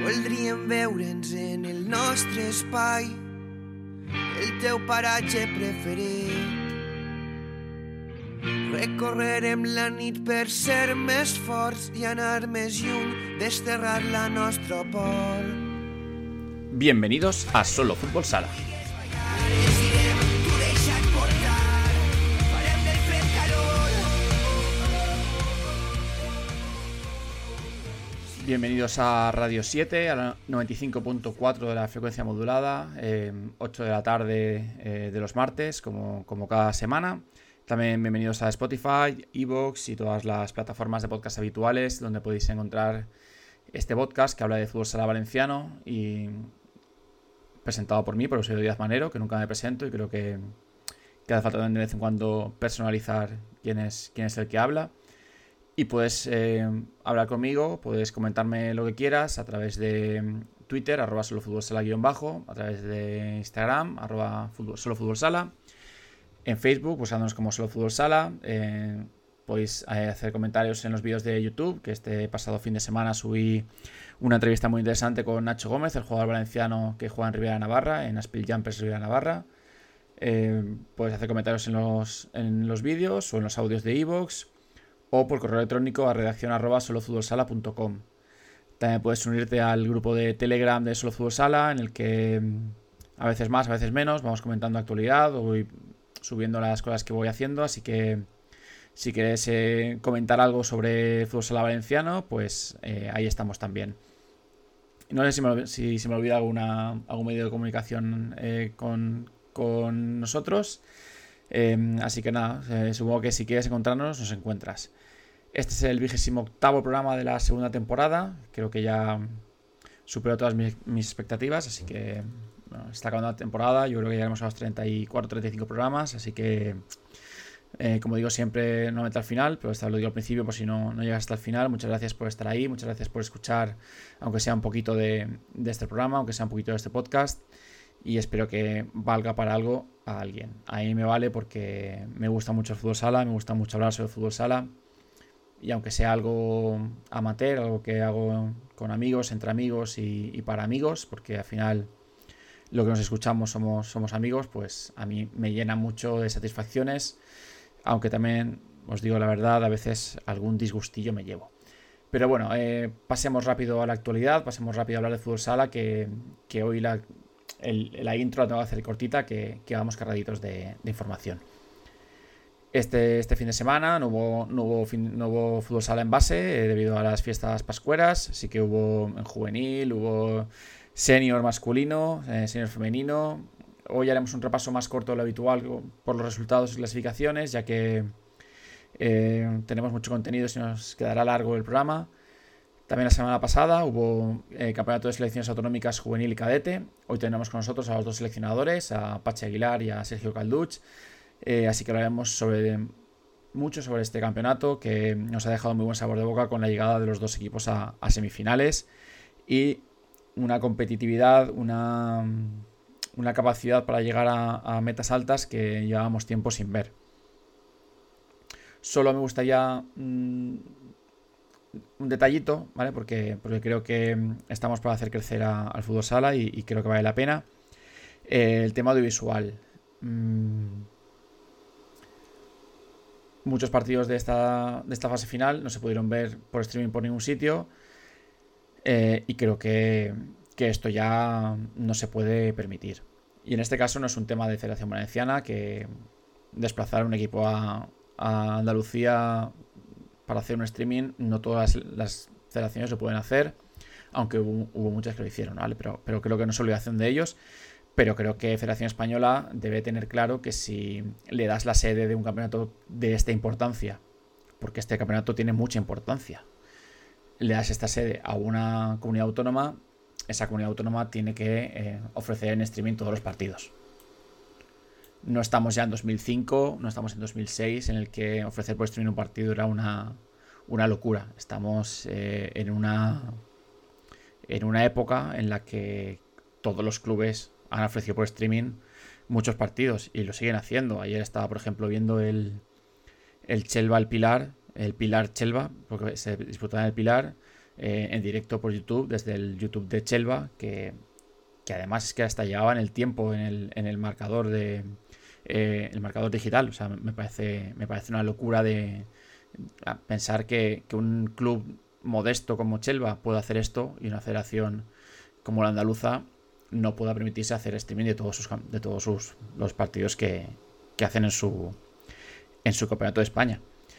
Voldríem veure'ns en el nostre espai, el teu paratge preferit. Recorrerem la nit per ser més forts i anar més lluny, desterrar la nostra por. Bienvenidos a Solo Fútbol Sala. Bienvenidos a Radio 7, a la 95.4 de la frecuencia modulada, 8 de la tarde de los martes, como cada semana. También bienvenidos a Spotify, iVoox y todas las plataformas de podcast habituales donde podéis encontrar este podcast que habla de fútbol sala valenciano y presentado por mí, por Eusebio Díaz Manero, que nunca me presento y creo que hace falta también de vez en cuando personalizar quién es el que habla. Y puedes hablar conmigo, puedes comentarme lo que quieras a través de Twitter, @solofutbolsala_, a través de Instagram, @solofutbolsala, en Facebook, buscándonos como Solo Fútbol Sala. Podéis hacer comentarios en los vídeos de YouTube, que este pasado fin de semana subí una entrevista muy interesante con Nacho Gómez, el jugador valenciano que juega en Ribera Navarra, en Aspil Jumpers Ribera Navarra. Puedes hacer comentarios en los vídeos o en los audios de iVoox, o por correo electrónico a redacción@solofutbolsala.com. También puedes unirte al grupo de Telegram de Solo Fútbol Sala, en el que a veces más, a veces menos, vamos comentando actualidad o voy subiendo las cosas que voy haciendo, así que si quieres comentar algo sobre fútbol sala valenciano, pues ahí estamos también. No sé si se me olvida algún medio de comunicación con nosotros. Así que nada, supongo que si quieres encontrarnos, nos encuentras. Este es el 28º programa de la segunda temporada. Creo que ya superó todas mis expectativas, así que bueno, está acabando la temporada. Yo creo que llegaremos a los 34-35 programas, así que como digo siempre, no meto al final, pero esta lo digo al principio por si no llegas hasta el final. Muchas gracias por estar ahí, muchas gracias por escuchar, aunque sea un poquito de este programa, aunque sea un poquito de este podcast, y espero que valga para algo a alguien. A mí me vale porque me gusta mucho el fútbol sala, me gusta mucho hablar sobre el fútbol sala, y aunque sea algo amateur, algo que hago con amigos, entre amigos y para amigos, porque al final lo que nos escuchamos somos amigos, pues a mí me llena mucho de satisfacciones, aunque también os digo la verdad, a veces algún disgustillo me llevo. Pero bueno, pasemos rápido a la actualidad, pasemos rápido a hablar de fútbol sala, que hoy la intro la tengo que hacer cortita, que vamos cargaditos de información. Este fin de semana no hubo fútbol sala en base debido a las fiestas pascueras. Sí que hubo en juvenil, hubo senior masculino, senior femenino. Hoy haremos un repaso más corto de lo habitual por los resultados y clasificaciones, ya que tenemos mucho contenido y nos quedará largo el programa. También la semana pasada hubo campeonato de selecciones autonómicas juvenil y cadete. Hoy tenemos con nosotros a los dos seleccionadores, a Pachi Aguilar y a Sergio Calduch. Así que hablaremos mucho sobre este campeonato, que nos ha dejado muy buen sabor de boca con la llegada de los dos equipos a semifinales y una competitividad, una capacidad para llegar a metas altas que llevábamos tiempo sin ver. Solo me gustaría un detallito, ¿vale? Porque creo que estamos para hacer crecer al fútbol sala y creo que vale la pena. El tema audiovisual. Muchos partidos de esta fase final no se pudieron ver por streaming por ningún sitio, y creo que esto ya no se puede permitir. Y en este caso no es un tema de Federación Valenciana, que desplazar un equipo a Andalucía para hacer un streaming, no todas las federaciones lo pueden hacer, aunque hubo muchas que lo hicieron, ¿vale? Pero creo que no es obligación de ellos. Pero creo que Federación Española debe tener claro que si le das la sede de un campeonato de esta importancia, porque este campeonato tiene mucha importancia, le das esta sede a una comunidad autónoma, esa comunidad autónoma tiene que ofrecer en streaming todos los partidos. No estamos ya en 2005, no estamos en 2006, en el que ofrecer por streaming un partido era una locura. Estamos en una época en la que todos los clubes han ofrecido por streaming muchos partidos y lo siguen haciendo. Ayer estaba, por ejemplo, viendo el Chelva al Pilar, el Pilar Chelva, porque se disputaba en el Pilar, en directo por YouTube, desde el YouTube de Chelva, que además es que hasta llevaban el tiempo en el marcador el marcador digital. O sea, me parece una locura de pensar que un club modesto como Chelva puede hacer esto y una federación como la andaluza no pueda permitirse hacer streaming de todos los partidos que hacen en su campeonato de España.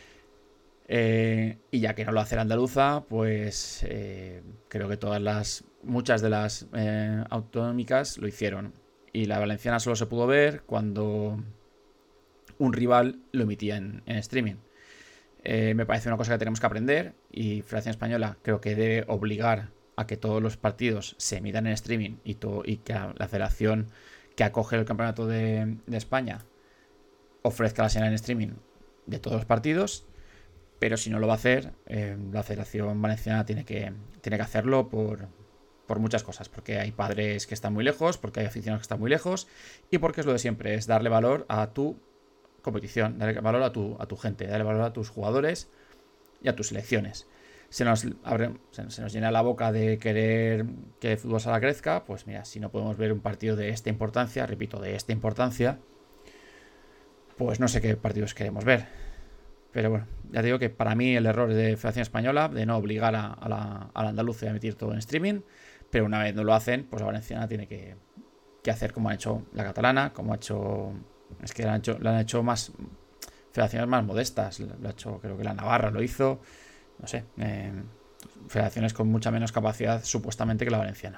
Y ya que no lo hace la andaluza, pues creo que muchas de las autonómicas lo hicieron. Y la valenciana solo se pudo ver cuando un rival lo emitía en streaming. Me parece una cosa que tenemos que aprender, y Federación Española creo que debe obligar a que todos los partidos se emitan en streaming y que la federación que acoge el campeonato de España ofrezca la señal en streaming de todos los partidos. Pero si no lo va a hacer, la Federación Valenciana tiene que hacerlo por muchas cosas. Porque hay padres que están muy lejos, porque hay aficionados que están muy lejos, y porque es lo de siempre, es darle valor a tu competición, darle valor a tu gente, darle valor a tus jugadores y a tus selecciones. Se nos llena la boca de querer que el fútbol sala crezca. Pues mira, si no podemos ver un partido de esta importancia, repito, de esta importancia, pues no sé qué partidos queremos ver. Pero bueno, ya te digo que para mí el error de Federación Española de no obligar a la andaluza a emitir todo en streaming. Pero una vez no lo hacen, pues la valenciana tiene que hacer como ha hecho la catalana, como ha hecho... Es que lo han hecho más federaciones más modestas. Lo ha hecho, creo que la Navarra lo hizo. No sé, federaciones con mucha menos capacidad supuestamente que la valenciana.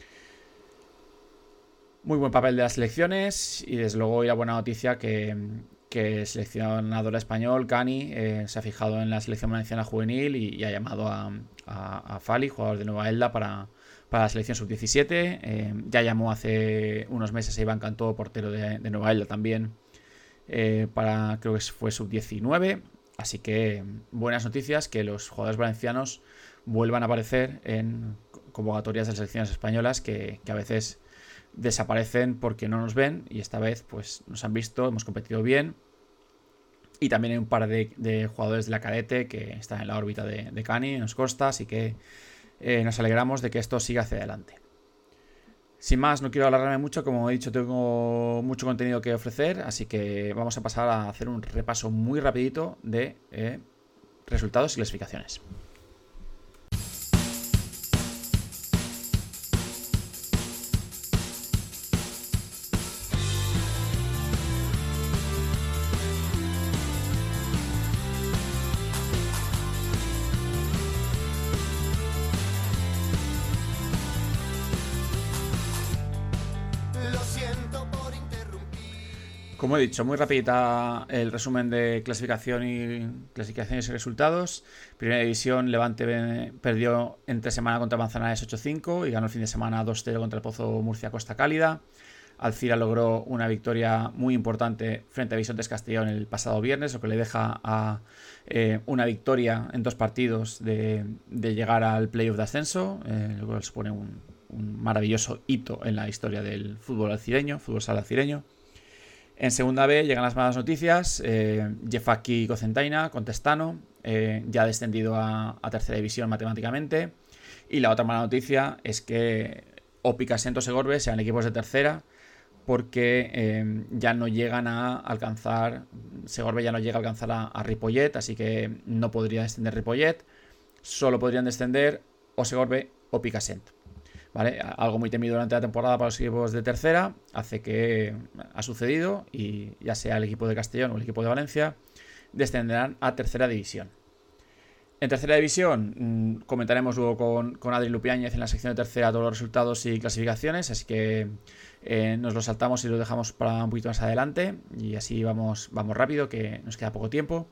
Muy buen papel de las selecciones, y desde luego hoy la buena noticia que el seleccionador español, Cani, se ha fijado en la selección valenciana juvenil y ha llamado a Fali, jugador de Nueva Elda, para la selección sub-17. Ya llamó hace unos meses a Iván Cantó, portero de Nueva Elda también, creo que fue sub-19. Así que buenas noticias que los jugadores valencianos vuelvan a aparecer en convocatorias de selecciones españolas que a veces desaparecen porque no nos ven, y esta vez pues nos han visto, hemos competido bien. Y también hay un par de jugadores de la cadete que están en la órbita de Cani, nos consta, así que nos alegramos de que esto siga hacia adelante. Sin más, no quiero alargarme mucho, como he dicho, tengo mucho contenido que ofrecer, así que vamos a pasar a hacer un repaso muy rapidito de resultados y clasificaciones. Como he dicho, muy rapidita el resumen de clasificaciones y resultados. Primera división, Levante perdió entre semana contra Manzanares 8-5 y ganó el fin de semana 2-0 contra el Pozo Murcia Costa Cálida. Alcira logró una victoria muy importante frente a Bisontes Castellón el pasado viernes, lo que le deja a una victoria en 2 partidos de llegar al playoff de ascenso, lo cual supone un maravilloso hito en la historia del fútbol sala alcireño. En segunda B llegan las malas noticias. Jefaki Cocentaina, Contestano, ya ha descendido a tercera división matemáticamente. Y la otra mala noticia es que Picassento Segorbe sean equipos de tercera, porque ya no llegan a alcanzar, Segorbe ya no llega a alcanzar a Ripollet, así que no podría descender Ripollet. Solo podrían descender o Segorbe o Picassento. ¿Vale? Algo muy temido durante la temporada para los equipos de tercera, hace que ha sucedido, y ya sea el equipo de Castellón o el equipo de Valencia descenderán a tercera división. En tercera división comentaremos luego con Adri Lupiáñez en la sección de tercera todos los resultados y clasificaciones, así que nos lo saltamos y lo dejamos para un poquito más adelante, y así vamos rápido, que nos queda poco tiempo.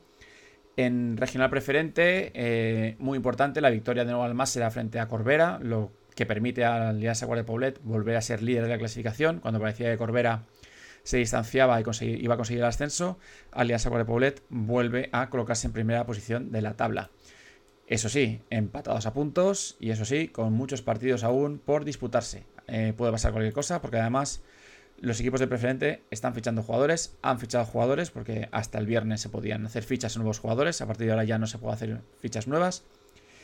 En regional preferente, muy importante la victoria de nuevo Almásera frente a Corbera, lo que permite a la Aliança Guàrdia Poblet volver a ser líder de la clasificación. Cuando parecía que Corbera se distanciaba y iba a conseguir el ascenso, Aliança Guàrdia Poblet vuelve a colocarse en primera posición de la tabla. Eso sí, empatados a puntos, y eso sí, con muchos partidos aún por disputarse. Puede pasar cualquier cosa, porque además los equipos de preferente están fichando jugadores, han fichado jugadores, porque hasta el viernes se podían hacer fichas de nuevos jugadores, a partir de ahora ya no se puede hacer fichas nuevas.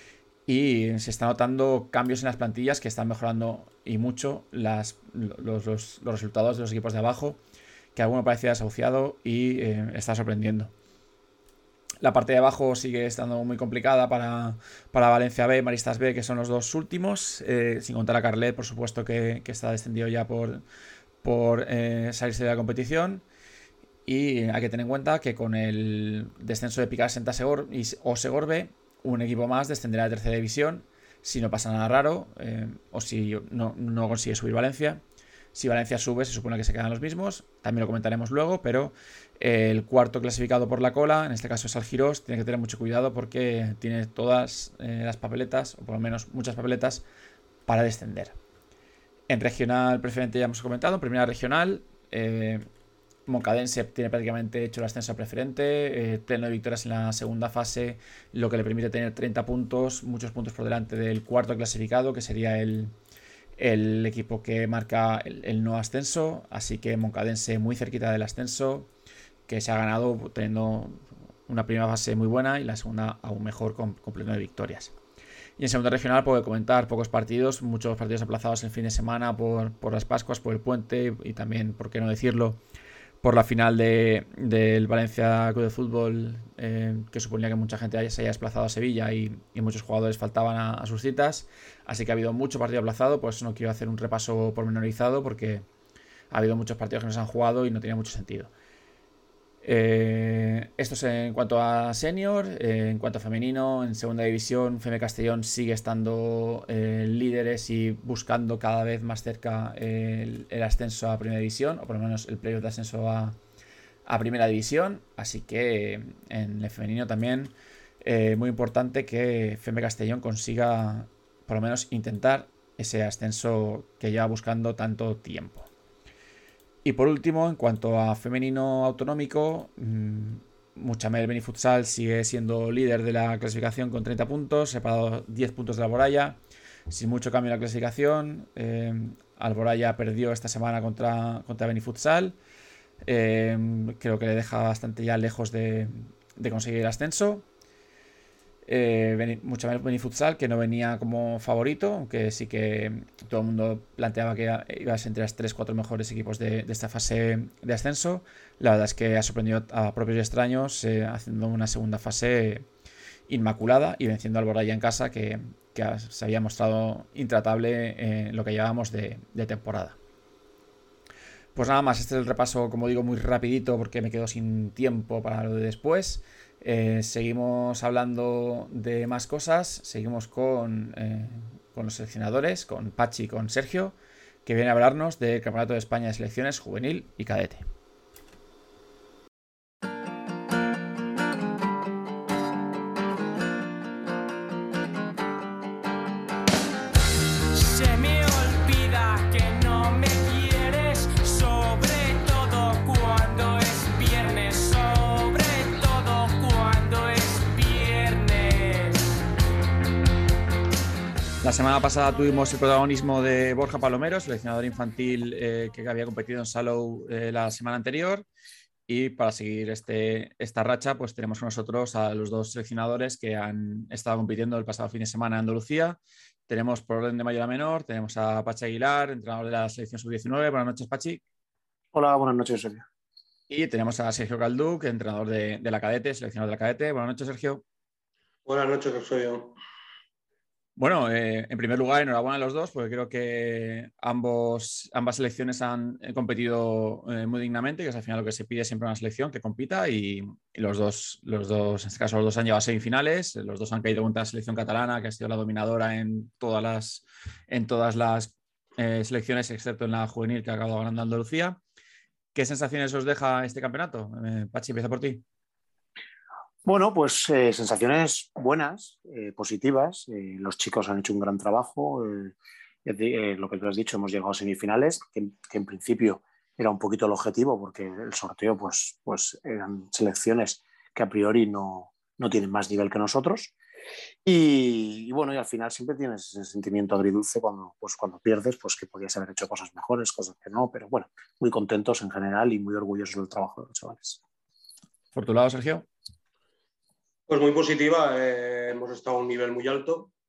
y se están notando cambios en las plantillas que están mejorando y mucho los resultados de los equipos de abajo, que alguno parecía desahuciado y está sorprendiendo. La parte de abajo sigue estando muy complicada para Valencia B, Maristas B, que son los dos últimos, sin contar a Carlet, por supuesto, que está descendido ya por salirse de la competición. Y hay que tener en cuenta que con el descenso de Picassent o Segorbe, un equipo más descenderá a tercera división si no pasa nada raro, o si no consigue subir Valencia. Si Valencia sube, se supone que se quedan los mismos, también lo comentaremos luego, pero el cuarto clasificado por la cola, en este caso es Algirós, tiene que tener mucho cuidado porque tiene todas las papeletas, o por lo menos muchas papeletas, para descender. En regional preferente ya hemos comentado, en primera regional, Moncadense tiene prácticamente hecho el ascenso a preferente, pleno de victorias en la segunda fase, lo que le permite tener 30 puntos, muchos puntos por delante del cuarto clasificado, que sería el equipo que marca el no ascenso. Así que Moncadense muy cerquita del ascenso, que se ha ganado teniendo una primera fase muy buena y la segunda aún mejor con pleno de victorias. Y en segunda regional puedo comentar pocos partidos, muchos partidos aplazados el fin de semana por las Pascuas, por el puente y también, por qué no decirlo, por la final del Valencia Club de Fútbol, que suponía que mucha gente se haya desplazado a Sevilla y muchos jugadores faltaban a sus citas. Así que ha habido mucho partido aplazado, por eso no quiero hacer un repaso pormenorizado, porque ha habido muchos partidos que no se han jugado y no tenía mucho sentido. Esto es en cuanto a senior. En cuanto a femenino, en segunda división, FM Castellón sigue estando líderes y buscando cada vez más cerca el ascenso a primera división, o por lo menos el playoff de ascenso a primera división. Así que en el femenino también muy importante que FM Castellón consiga por lo menos intentar ese ascenso que lleva buscando tanto tiempo. Y por último, en cuanto a femenino autonómico, Muchamel Benifutsal sigue siendo líder de la clasificación con 30 puntos, separado 10 puntos de Alboraya, sin mucho cambio en la clasificación. Alboraya perdió esta semana contra Benifutsal, creo que le deja bastante ya lejos de conseguir el ascenso. Muchamel Benifutsal, que no venía como favorito, aunque sí que todo el mundo planteaba que iba a ser entre las 3-4 mejores equipos de esta fase de ascenso. La verdad es que ha sorprendido a propios y extraños, haciendo una segunda fase inmaculada y venciendo al Alboraya en casa, que se había mostrado intratable en lo que llevábamos de temporada. Pues nada más, este es el repaso, como digo, muy rapidito porque me quedo sin tiempo para lo de después. Seguimos hablando de más cosas. Seguimos con los seleccionadores, con Pachi y con Sergio, que viene a hablarnos del Campeonato de España de Selecciones Juvenil y Cadete. La semana pasada tuvimos el protagonismo de Borja Palomero, seleccionador infantil que había competido en Salou la semana anterior. Y para seguir esta racha, pues tenemos con nosotros a los dos seleccionadores que han estado compitiendo el pasado fin de semana en Andalucía. Tenemos por orden de mayor a menor, tenemos a Pachi Aguilar, entrenador de la selección sub-19. Buenas noches, Pachi. Hola, buenas noches, Sergio. Y tenemos a Sergio Calduc, entrenador de la cadete, seleccionador de la cadete. Buenas noches, Sergio. Buenas noches, Sergio. Bueno, en primer lugar, enhorabuena a los dos, porque creo que ambas selecciones han competido muy dignamente, que es al final lo que se pide siempre a una selección, que compita, y los dos, en este caso, los dos han llegado a semifinales, los dos han caído contra la selección catalana, que ha sido la dominadora en todas las selecciones, excepto en la juvenil, que ha acabado ganando Andalucía. ¿Qué sensaciones os deja este campeonato? Pachi, empieza por ti. Bueno, pues sensaciones buenas, positivas. Los chicos han hecho un gran trabajo. Lo que tú has dicho, hemos llegado a semifinales, que en principio era un poquito el objetivo, porque el sorteo pues eran selecciones que a priori no tienen más nivel que nosotros. Y bueno, y al final siempre tienes ese sentimiento agridulce cuando pierdes, pues que podías haber hecho cosas mejores, cosas que no, pero bueno, muy contentos en general y muy orgullosos del trabajo de los chavales. ¿Por tu lado, Sergio? Pues muy positiva, hemos estado a un nivel muy alto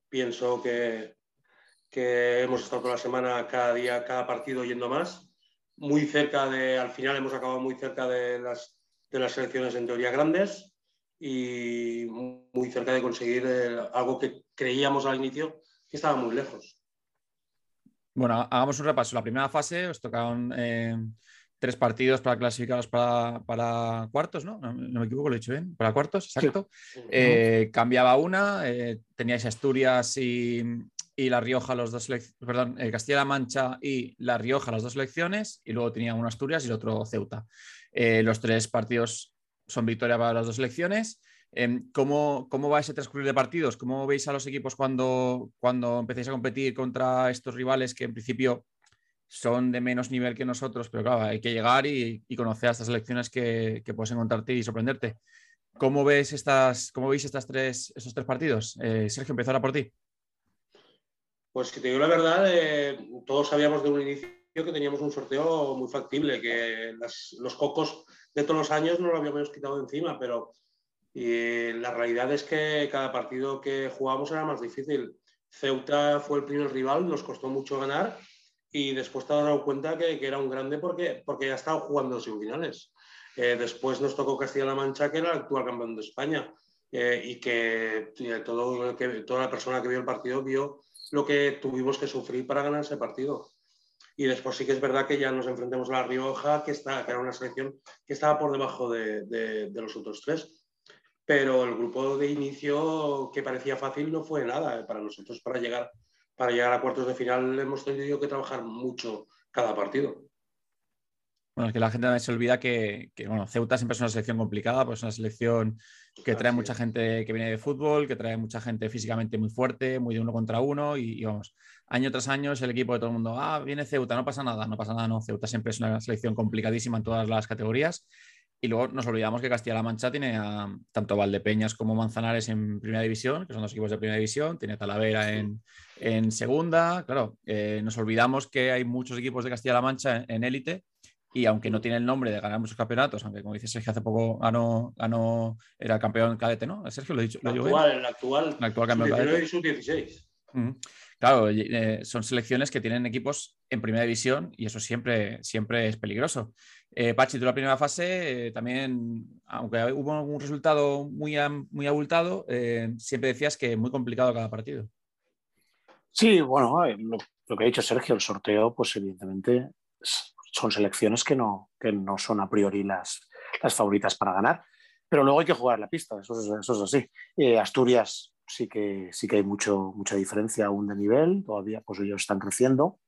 Pienso que hemos estado toda la semana, cada día, cada partido yendo más. Muy cerca al final hemos acabado muy cerca de las selecciones en teoría grandes y muy cerca de conseguir algo que creíamos al inicio que estaba muy lejos. Bueno, hagamos un repaso. La primera fase os tocaron 3 partidos para clasificaros para cuartos, ¿no? No me equivoco, lo he dicho bien. Para cuartos, exacto. Sí. Cambiaba una, teníais Asturias y La Rioja, perdón, Castilla-La Mancha y La Rioja, las 2 selecciones, y luego tenía uno Asturias y el otro Ceuta. Los 3 partidos son victoria para las 2 selecciones. ¿Cómo va ese transcurrir de partidos? ¿Cómo veis a los equipos cuando empecéis a competir contra estos rivales que en principio son de menos nivel que nosotros? Pero claro, hay que llegar y conocer a estas selecciones que puedes encontrarte y sorprenderte. ¿Cómo veis estos 3 partidos? Sergio, empezar a por ti. Pues si te digo la verdad, todos sabíamos de un inicio que teníamos un sorteo muy factible, que los cocos de todos los años no lo habíamos quitado de encima, pero la realidad es que cada partido que jugábamos era más difícil. Ceuta fue el primer rival, nos costó mucho ganar y después te has dado cuenta que era un grande porque ya estaba jugando en semifinales. Después nos tocó Castilla-La Mancha, que era el actual campeón de España, y que toda la persona que vio el partido vio lo que tuvimos que sufrir para ganar ese partido. Y después sí que es verdad que ya nos enfrentamos a La Rioja, que era una selección que estaba por debajo de los otros 3. Pero el grupo de inicio, que parecía fácil, no fue nada. Para nosotros, para llegar a cuartos de final, hemos tenido que trabajar mucho cada partido. Bueno, es que la gente se olvida que bueno, Ceuta siempre es una selección complicada, pues es una selección que trae mucha gente que viene de fútbol, que trae mucha gente físicamente muy fuerte, muy de uno contra uno y vamos, año tras año es el equipo de todo el mundo, viene Ceuta, no pasa nada, no, Ceuta siempre es una selección complicadísima en todas las categorías y luego nos olvidamos que Castilla-La Mancha tiene a tanto Valdepeñas como Manzanares en primera división, que son 2 equipos de primera división, tiene Talavera en segunda, claro, nos olvidamos que hay muchos equipos de Castilla-La Mancha en élite. Y aunque no tiene el nombre de ganar muchos campeonatos, aunque como dice Sergio, hace poco era campeón cadete, ¿no? Sergio, lo he dicho. El actual campeón cadete. Y sub-16. Claro, son selecciones que tienen equipos en primera división y eso siempre es peligroso. Pachi, tú la primera fase también, aunque hubo un resultado muy abultado, siempre decías que muy complicado cada partido. Sí, bueno, lo que ha dicho Sergio, el sorteo, pues evidentemente son selecciones que no son a priori las favoritas para ganar, pero luego hay que jugar la pista, eso es así. Asturias sí que hay mucha diferencia aún de nivel, todavía pues ellos están creciendo.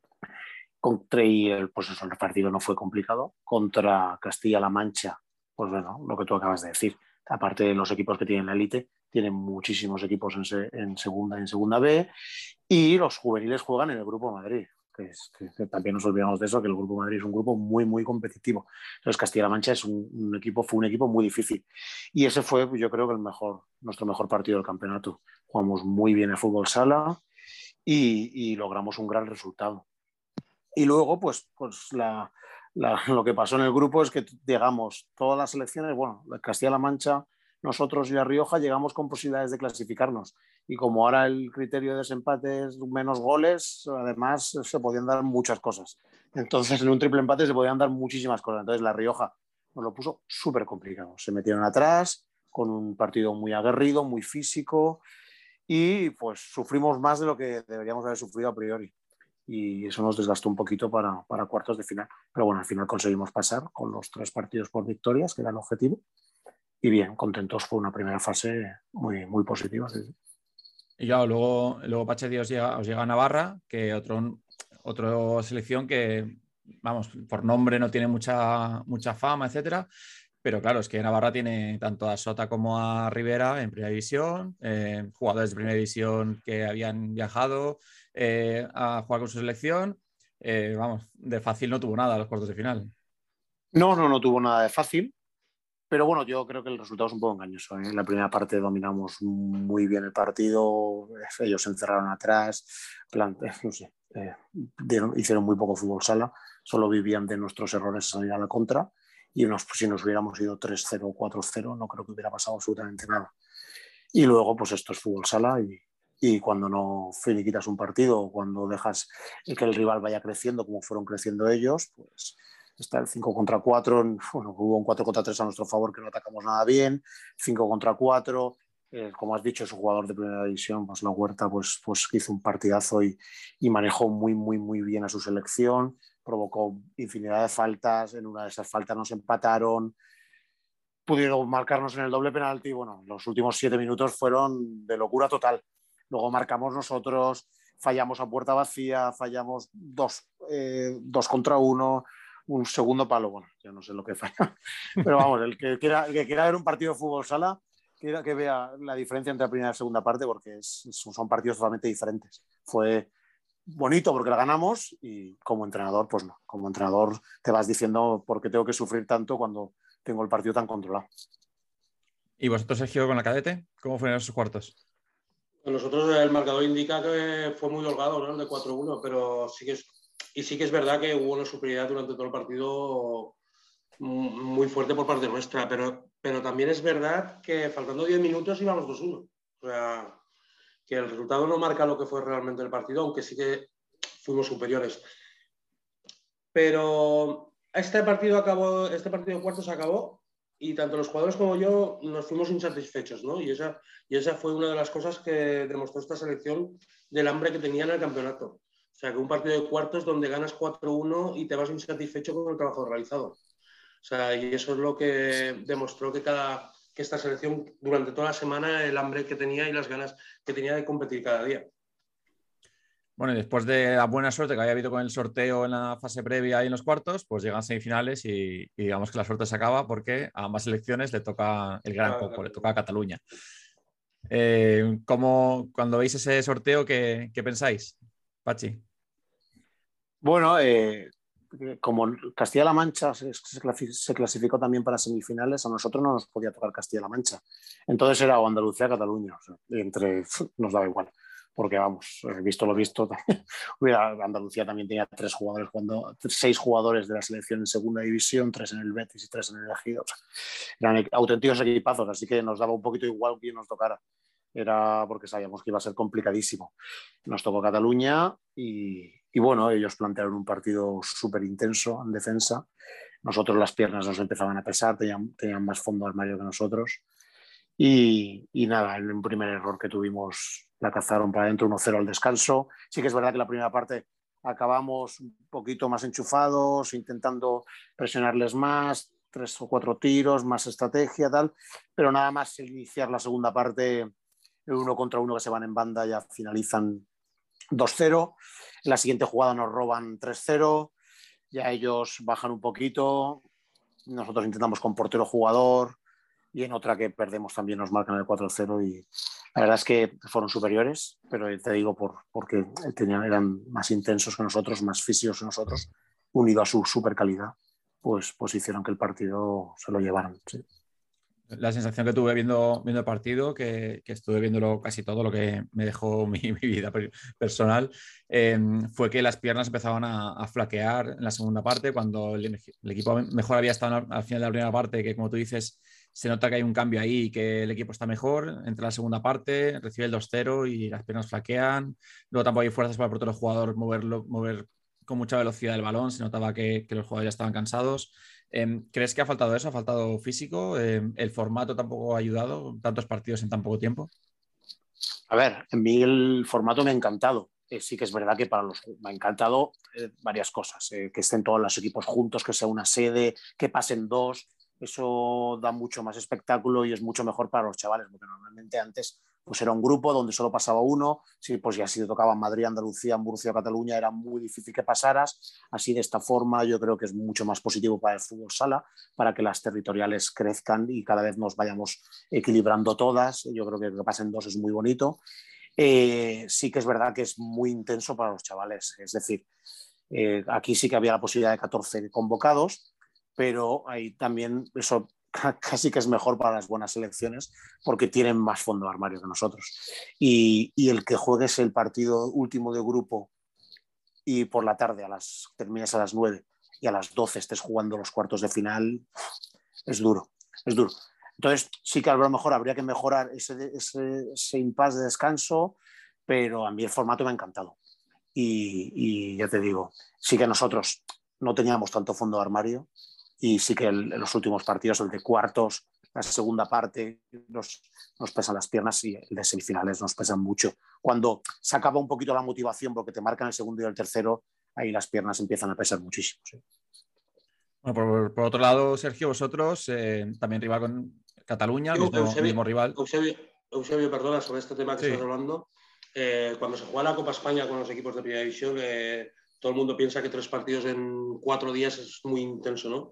Pues eso, el partido no fue complicado. Contra Castilla-La Mancha, pues bueno, lo que tú acabas de decir, aparte de los equipos que tienen la élite, tienen muchísimos equipos en segunda B y los juveniles juegan en el Grupo Madrid. Que también nos olvidamos de eso, que el Grupo Madrid es un grupo muy, muy competitivo. Entonces Castilla-La Mancha fue un equipo muy difícil. Y ese fue, yo creo que nuestro mejor partido del campeonato. Jugamos muy bien el fútbol sala y logramos un gran resultado. Y luego, pues lo que pasó en el grupo es que llegamos todas las selecciones, bueno, Castilla-La Mancha, nosotros y La Rioja llegamos con posibilidades de clasificarnos. Y como ahora el criterio de desempate es menos goles, además se podían dar muchas cosas. Entonces, en un triple empate se podían dar muchísimas cosas. Entonces, La Rioja nos lo puso súper complicado. Se metieron atrás con un partido muy aguerrido, muy físico y pues sufrimos más de lo que deberíamos haber sufrido a priori. Y eso nos desgastó un poquito para cuartos de final. Pero bueno, al final conseguimos pasar con los 3 partidos por victorias, que era el objetivo. Y bien, contentos, fue una primera fase muy, muy positiva. Sí. Y claro, luego Pachi os llega a Navarra, que otra selección que, vamos, por nombre no tiene mucha fama, etcétera. Pero claro, es que Navarra tiene tanto a Sota como a Rivera en primera división, jugadores de primera división que habían viajado a jugar con su selección. Vamos, de fácil no tuvo nada a los cuartos de final. No tuvo nada de fácil. Pero bueno, yo creo que el resultado es un poco engañoso. En la primera parte dominamos muy bien el partido, ellos se encerraron atrás, no sé, hicieron muy poco fútbol sala, solo vivían de nuestros errores a salir a la contra y si nos hubiéramos ido 3-0 o 4-0 no creo que hubiera pasado absolutamente nada. Y luego pues esto es fútbol sala y cuando no finiquitas un partido o cuando dejas que el rival vaya creciendo como fueron creciendo ellos, pues está el 5 contra 4, bueno, hubo un 4 contra 3 a nuestro favor que no atacamos nada bien, 5 contra 4, como has dicho, es un jugador de primera división, pues la Huerta pues hizo un partidazo y manejó muy bien a su selección, provocó infinidad de faltas, en una de esas faltas nos empataron, pudieron marcarnos en el doble penalti. Bueno, los últimos 7 minutos fueron de locura total. Luego marcamos nosotros, fallamos a puerta vacía, fallamos 2 contra 1, un segundo palo. Bueno, yo no sé lo que falla. Pero vamos, el que quiera ver un partido de fútbol sala, que vea la diferencia entre la primera y la segunda parte, porque son partidos totalmente diferentes. Fue bonito porque la ganamos y como entrenador, pues no. Como entrenador te vas diciendo por qué tengo que sufrir tanto cuando tengo el partido tan controlado. ¿Y vosotros, Sergio, con la cadete? ¿Cómo fueron esos cuartos? Nosotros el marcador indica que fue muy holgado, ¿no? El de 4-1, pero sí que es verdad que hubo una superioridad durante todo el partido muy fuerte por parte nuestra, pero también es verdad que faltando 10 minutos íbamos 2-1. O sea, que el resultado no marca lo que fue realmente el partido, aunque sí que fuimos superiores. Pero este partido de cuartos acabó y tanto los jugadores como yo nos fuimos insatisfechos, ¿no? Y esa fue una de las cosas que demostró esta selección del hambre que tenía en el campeonato. O sea, que un partido de cuartos donde ganas 4-1 y te vas insatisfecho con el trabajo realizado. O sea, y eso es lo que demostró que esta selección durante toda la semana el hambre que tenía y las ganas que tenía de competir cada día. Bueno, y después de la buena suerte que había habido con el sorteo en la fase previa y en los cuartos, pues llegan semifinales y digamos que la suerte se acaba porque a ambas selecciones le toca el gran coco, le toca a Cataluña. Cuando veis ese sorteo, ¿qué pensáis, Pachi? Bueno, como Castilla-La Mancha se clasificó también para semifinales, a nosotros no nos podía tocar Castilla-La Mancha. Entonces era o Andalucía o Cataluña. O sea, nos daba igual. Porque vamos, visto lo visto, Andalucía también tenía 6 jugadores de la selección en segunda división, 3 en el Betis y 3 en el Ejido. O sea, eran auténticos equipazos, así que nos daba un poquito igual quién nos tocara. Era porque sabíamos que iba a ser complicadísimo. Nos tocó Cataluña y bueno, ellos plantearon un partido súper intenso en defensa. Nosotros las piernas nos empezaban a pesar, tenían más fondo armario que nosotros. Y nada, en un primer error que tuvimos la cazaron para adentro 1-0 al descanso. Sí que es verdad que la primera parte acabamos un poquito más enchufados, intentando presionarles más, 3 o 4 tiros, más estrategia, tal, pero nada más iniciar la segunda parte, el 1 contra 1 que se van en banda ya finalizan 2-0. En la siguiente jugada nos roban 3-0, ya ellos bajan un poquito, nosotros intentamos con portero jugador, y en otra que perdemos también nos marcan el 4-0 y la verdad es que fueron superiores, pero te digo porque eran más intensos que nosotros, más físicos que nosotros, unido a su super calidad, pues hicieron que el partido se lo llevaran. Sí. La sensación que tuve viendo el partido, que estuve viéndolo casi todo, lo que me dejó mi vida personal, fue que las piernas empezaban a flaquear en la segunda parte, cuando el equipo mejor había estado al final de la primera parte, que como tú dices, se nota que hay un cambio ahí y que el equipo está mejor. Entra la segunda parte, recibe el 2-0 y las piernas flaquean. Luego tampoco hay fuerzas para el portero jugador mover con mucha velocidad el balón, se notaba que los jugadores ya estaban cansados. ¿Crees que ha faltado eso? ¿Ha faltado físico? ¿El formato tampoco ha ayudado? ¿Tantos partidos en tan poco tiempo? A ver, en mí el formato me ha encantado. Sí que es verdad que me ha encantado varias cosas. Que estén todos los equipos juntos, que sea una sede, que pasen 2. Eso da mucho más espectáculo y es mucho mejor para los chavales, porque normalmente antes pues era un grupo donde solo pasaba uno, sí, pues ya si te tocaba Madrid, Andalucía, Murcia o Cataluña era muy difícil que pasaras. Así de esta forma yo creo que es mucho más positivo para el fútbol sala, para que las territoriales crezcan y cada vez nos vayamos equilibrando todas. Yo creo que pasen 2 es muy bonito. Sí que es verdad que es muy intenso para los chavales, es decir, aquí sí que había la posibilidad de 14 convocados, pero ahí también eso casi que es mejor para las buenas selecciones porque tienen más fondo de armario que nosotros. Y el que juegues el partido último de grupo y por la tarde termines a las 9 y a las 12 estés jugando los cuartos de final, es duro, es duro. Entonces sí que a lo mejor habría que mejorar ese impasse de descanso, pero a mí el formato me ha encantado. Y ya te digo, sí que nosotros no teníamos tanto fondo de armario y sí que en los últimos partidos, el de cuartos, la segunda parte, nos pesan las piernas y el de semifinales nos pesan mucho. Cuando se acaba un poquito la motivación porque te marcan el segundo y el tercero, ahí las piernas empiezan a pesar muchísimo. ¿Sí? Bueno, por otro lado, Sergio, vosotros también rival con Cataluña, mismo rival. Eusebio, perdona, sobre este tema que Sí. estás hablando. Cuando se juega la Copa España con los equipos de Primera División, todo el mundo piensa que 3 partidos en 4 días es muy intenso, ¿no?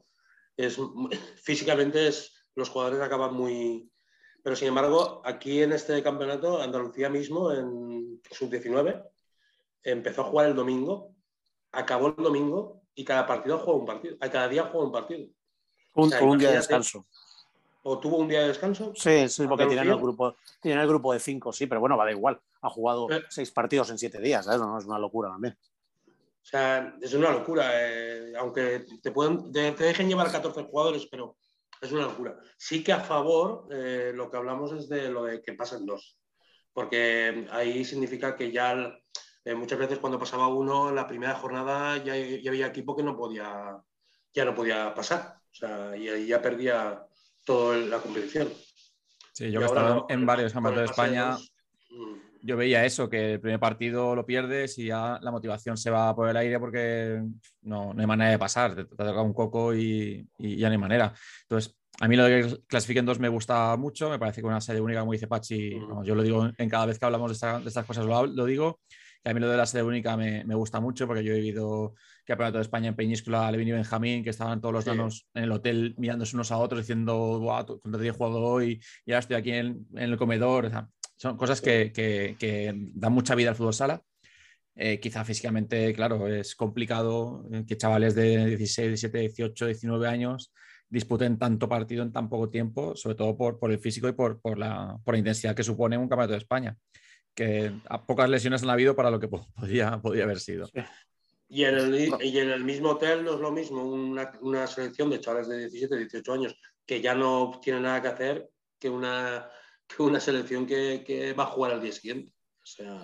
Físicamente los jugadores acaban muy... Pero sin embargo, aquí en este campeonato, Andalucía mismo, en sub-19, empezó a jugar el domingo, acabó el domingo y cada partido juega un partido. Cada día juega un partido. Con un día de descanso. ¿O tuvo un día de descanso? Sí, porque tienen el grupo de 5, sí, pero bueno, va da igual. Ha jugado 6 partidos en 7 días, ¿sabes? No es una locura también. O sea, es una locura. Aunque te dejen llevar 14 jugadores, pero es una locura. Sí que a favor lo que hablamos es de lo de que pasen 2. Porque ahí significa que ya muchas veces cuando pasaba uno, la primera jornada ya había equipo que ya no podía pasar. O sea, y ahí ya perdía toda la competición. Sí, yo que he estado en varios campeonatos de España, yo veía eso, que el primer partido lo pierdes y ya la motivación se va por el aire porque no hay manera de pasar, te toca un coco y ya no hay manera. Entonces, a mí lo de que clasifiquen 2 me gusta mucho, me parece que una sede única, como dice Pachi, yo lo digo en cada vez que hablamos de estas cosas, lo digo, que a mí lo de la sede única me gusta mucho porque yo he vivido campeonato de España en Peñíscola, Levin y Benjamín, que estaban todos los nanos en el hotel mirándose unos a otros diciendo, wow, contra ti he jugado hoy y ahora estoy aquí en el comedor. O sea, son cosas que dan mucha vida al fútbol sala. Quizá físicamente, claro, es complicado que chavales de 16, 17, 18, 19 años disputen tanto partido en tan poco tiempo, sobre todo por el físico y por la intensidad que supone un campeonato de España, que a pocas lesiones han habido para lo que podía haber sido. Sí. Y en el mismo hotel no es lo mismo una selección de chavales de 17, 18 años que ya no tienen nada que hacer que una selección que va a jugar al día siguiente. O sea...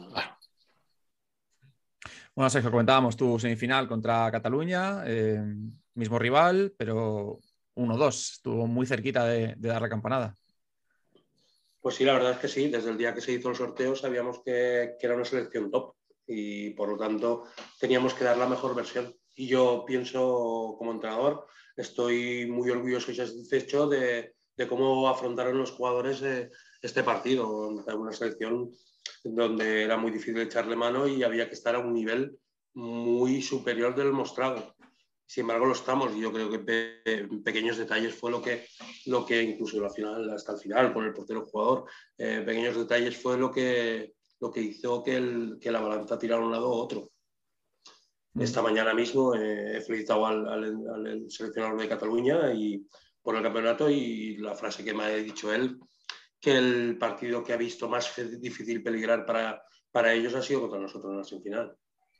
Bueno, Sergio, comentábamos tu semifinal contra Cataluña, mismo rival, pero 1-2, estuvo muy cerquita de dar la campanada. Pues sí, la verdad es que sí, desde el día que se hizo el sorteo sabíamos que era una selección top y por lo tanto teníamos que dar la mejor versión. Y yo pienso, como entrenador, estoy muy orgulloso y satisfecho de cómo afrontaron los jugadores este partido, una selección donde era muy difícil echarle mano y había que estar a un nivel muy superior del mostrado. Sin embargo, lo estamos y yo creo que pequeños detalles fue lo que incluso hasta el final, con el portero jugador, pequeños detalles fue lo que hizo que la balanza tirara a un lado u otro. Esta mañana mismo he felicitado al seleccionador de Cataluña y por el campeonato y la frase que me ha dicho él, que el partido que ha visto más difícil peligrar para ellos ha sido contra nosotros en la semifinal.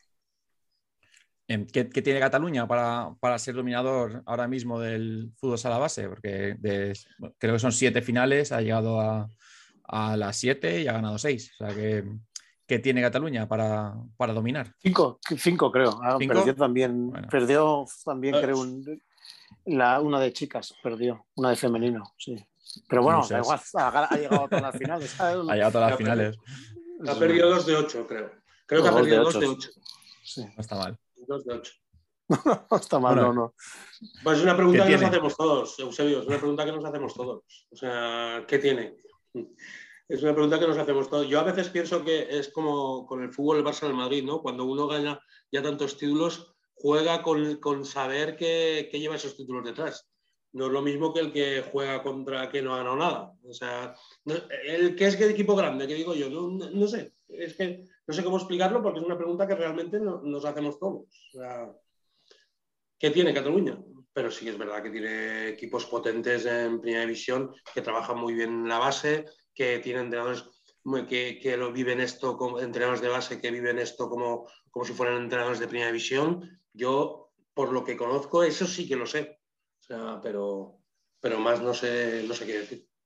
¿Qué tiene Cataluña para ser dominador ahora mismo del fútbol sala base? Porque creo que son 7 finales, ha llegado a las 7 y ha ganado 6. O sea, ¿qué tiene Cataluña para dominar? 5 creo. Perdió también, creo, una de chicas, perdió, una de femenino, sí. Pero bueno, da igual, ha llegado a todas las finales. Ha llegado a todas las finales. Ha perdido 2 de 8, creo. Creo que ha perdido 2 de 8. Sí. No está mal. 2 de 8. No está mal, bueno, no. Pues es una pregunta que nos hacemos todos, Eusebio, es una pregunta que nos hacemos todos. O sea, ¿qué tiene? Es una pregunta que nos hacemos todos. Yo a veces pienso que es como con el fútbol, el Barça del Madrid, ¿no? Cuando uno gana ya tantos títulos, juega con saber que lleva esos títulos detrás. No es lo mismo que el que juega contra que no ha ganado nada. O sea, el que es el equipo grande, que digo yo, no sé. Es que no sé cómo explicarlo porque es una pregunta que realmente nos hacemos todos. O sea, ¿qué tiene Cataluña? Pero sí que es verdad que tiene equipos potentes en primera división, que trabajan muy bien en la base, que tienen entrenadores que lo viven esto, como entrenadores de base que viven esto como si fueran entrenadores de primera división. Yo, por lo que conozco, eso sí que lo sé. O sea, pero más no sé qué decir.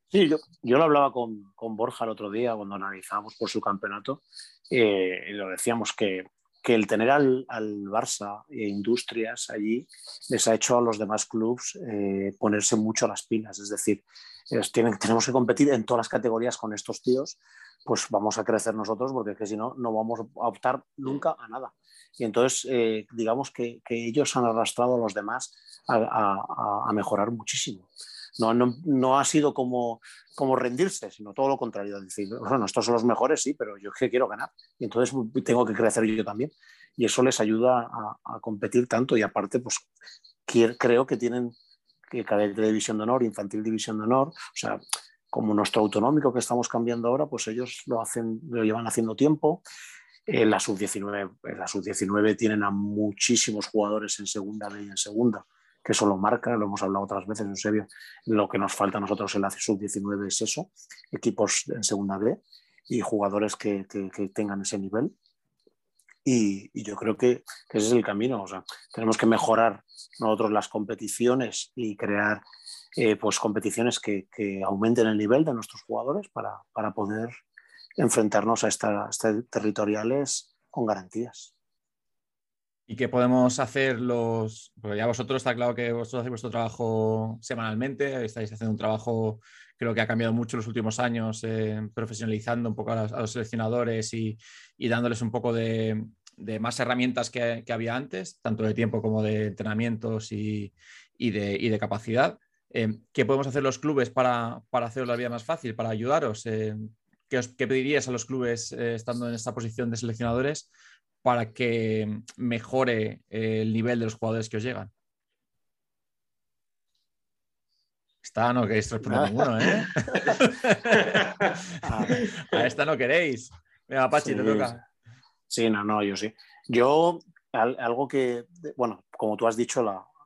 Sí, yo lo hablaba con Borja el otro día cuando analizábamos por su campeonato, y lo decíamos que el tener al Barça e Industrias allí les ha hecho a los demás clubes ponerse mucho las pilas. Es decir, tenemos que competir en todas las categorías con estos tíos, pues vamos a crecer nosotros porque es que si no, no vamos a optar nunca a nada. Y entonces, digamos que ellos han arrastrado a los demás a mejorar muchísimo. No ha sido como rendirse, sino todo lo contrario. Decir, bueno, estos son los mejores, sí, pero yo que quiero ganar. Y entonces tengo que crecer yo también. Y eso les ayuda a competir tanto. Y aparte, pues creo que tienen que cadete de división de honor, infantil división de honor. O sea, como nuestro autonómico que estamos cambiando ahora, pues ellos lo llevan haciendo tiempo. La sub-19 tienen a muchísimos jugadores en segunda B y en segunda, que eso lo marca, lo hemos hablado otras veces, en serio. Lo que nos falta a nosotros en la sub-19 es eso, equipos en segunda B y jugadores que tengan ese nivel. Y yo creo que ese es el camino. O sea, tenemos que mejorar nosotros las competiciones y crear pues competiciones que aumenten el nivel de nuestros jugadores para poder enfrentarnos a estas territoriales con garantías. ¿Y qué podemos hacer Porque ya vosotros, está claro que vosotros hacéis vuestro trabajo semanalmente, estáis haciendo un trabajo, creo que ha cambiado mucho en los últimos años, profesionalizando un poco a los seleccionadores y dándoles un poco de más herramientas que había antes, tanto de tiempo como de entrenamientos y de capacidad. ¿Qué podemos hacer los clubes para haceros la vida más fácil, para ayudaros? ¿Qué pedirías a los clubes estando en esta posición de seleccionadores para que mejore el nivel de los jugadores que os llegan? No queréis responder ninguno, ¿eh? A esta no queréis. Venga, Pachi, Sí, te toca. sí, no, yo sí. Yo, algo que, bueno, como tú has dicho,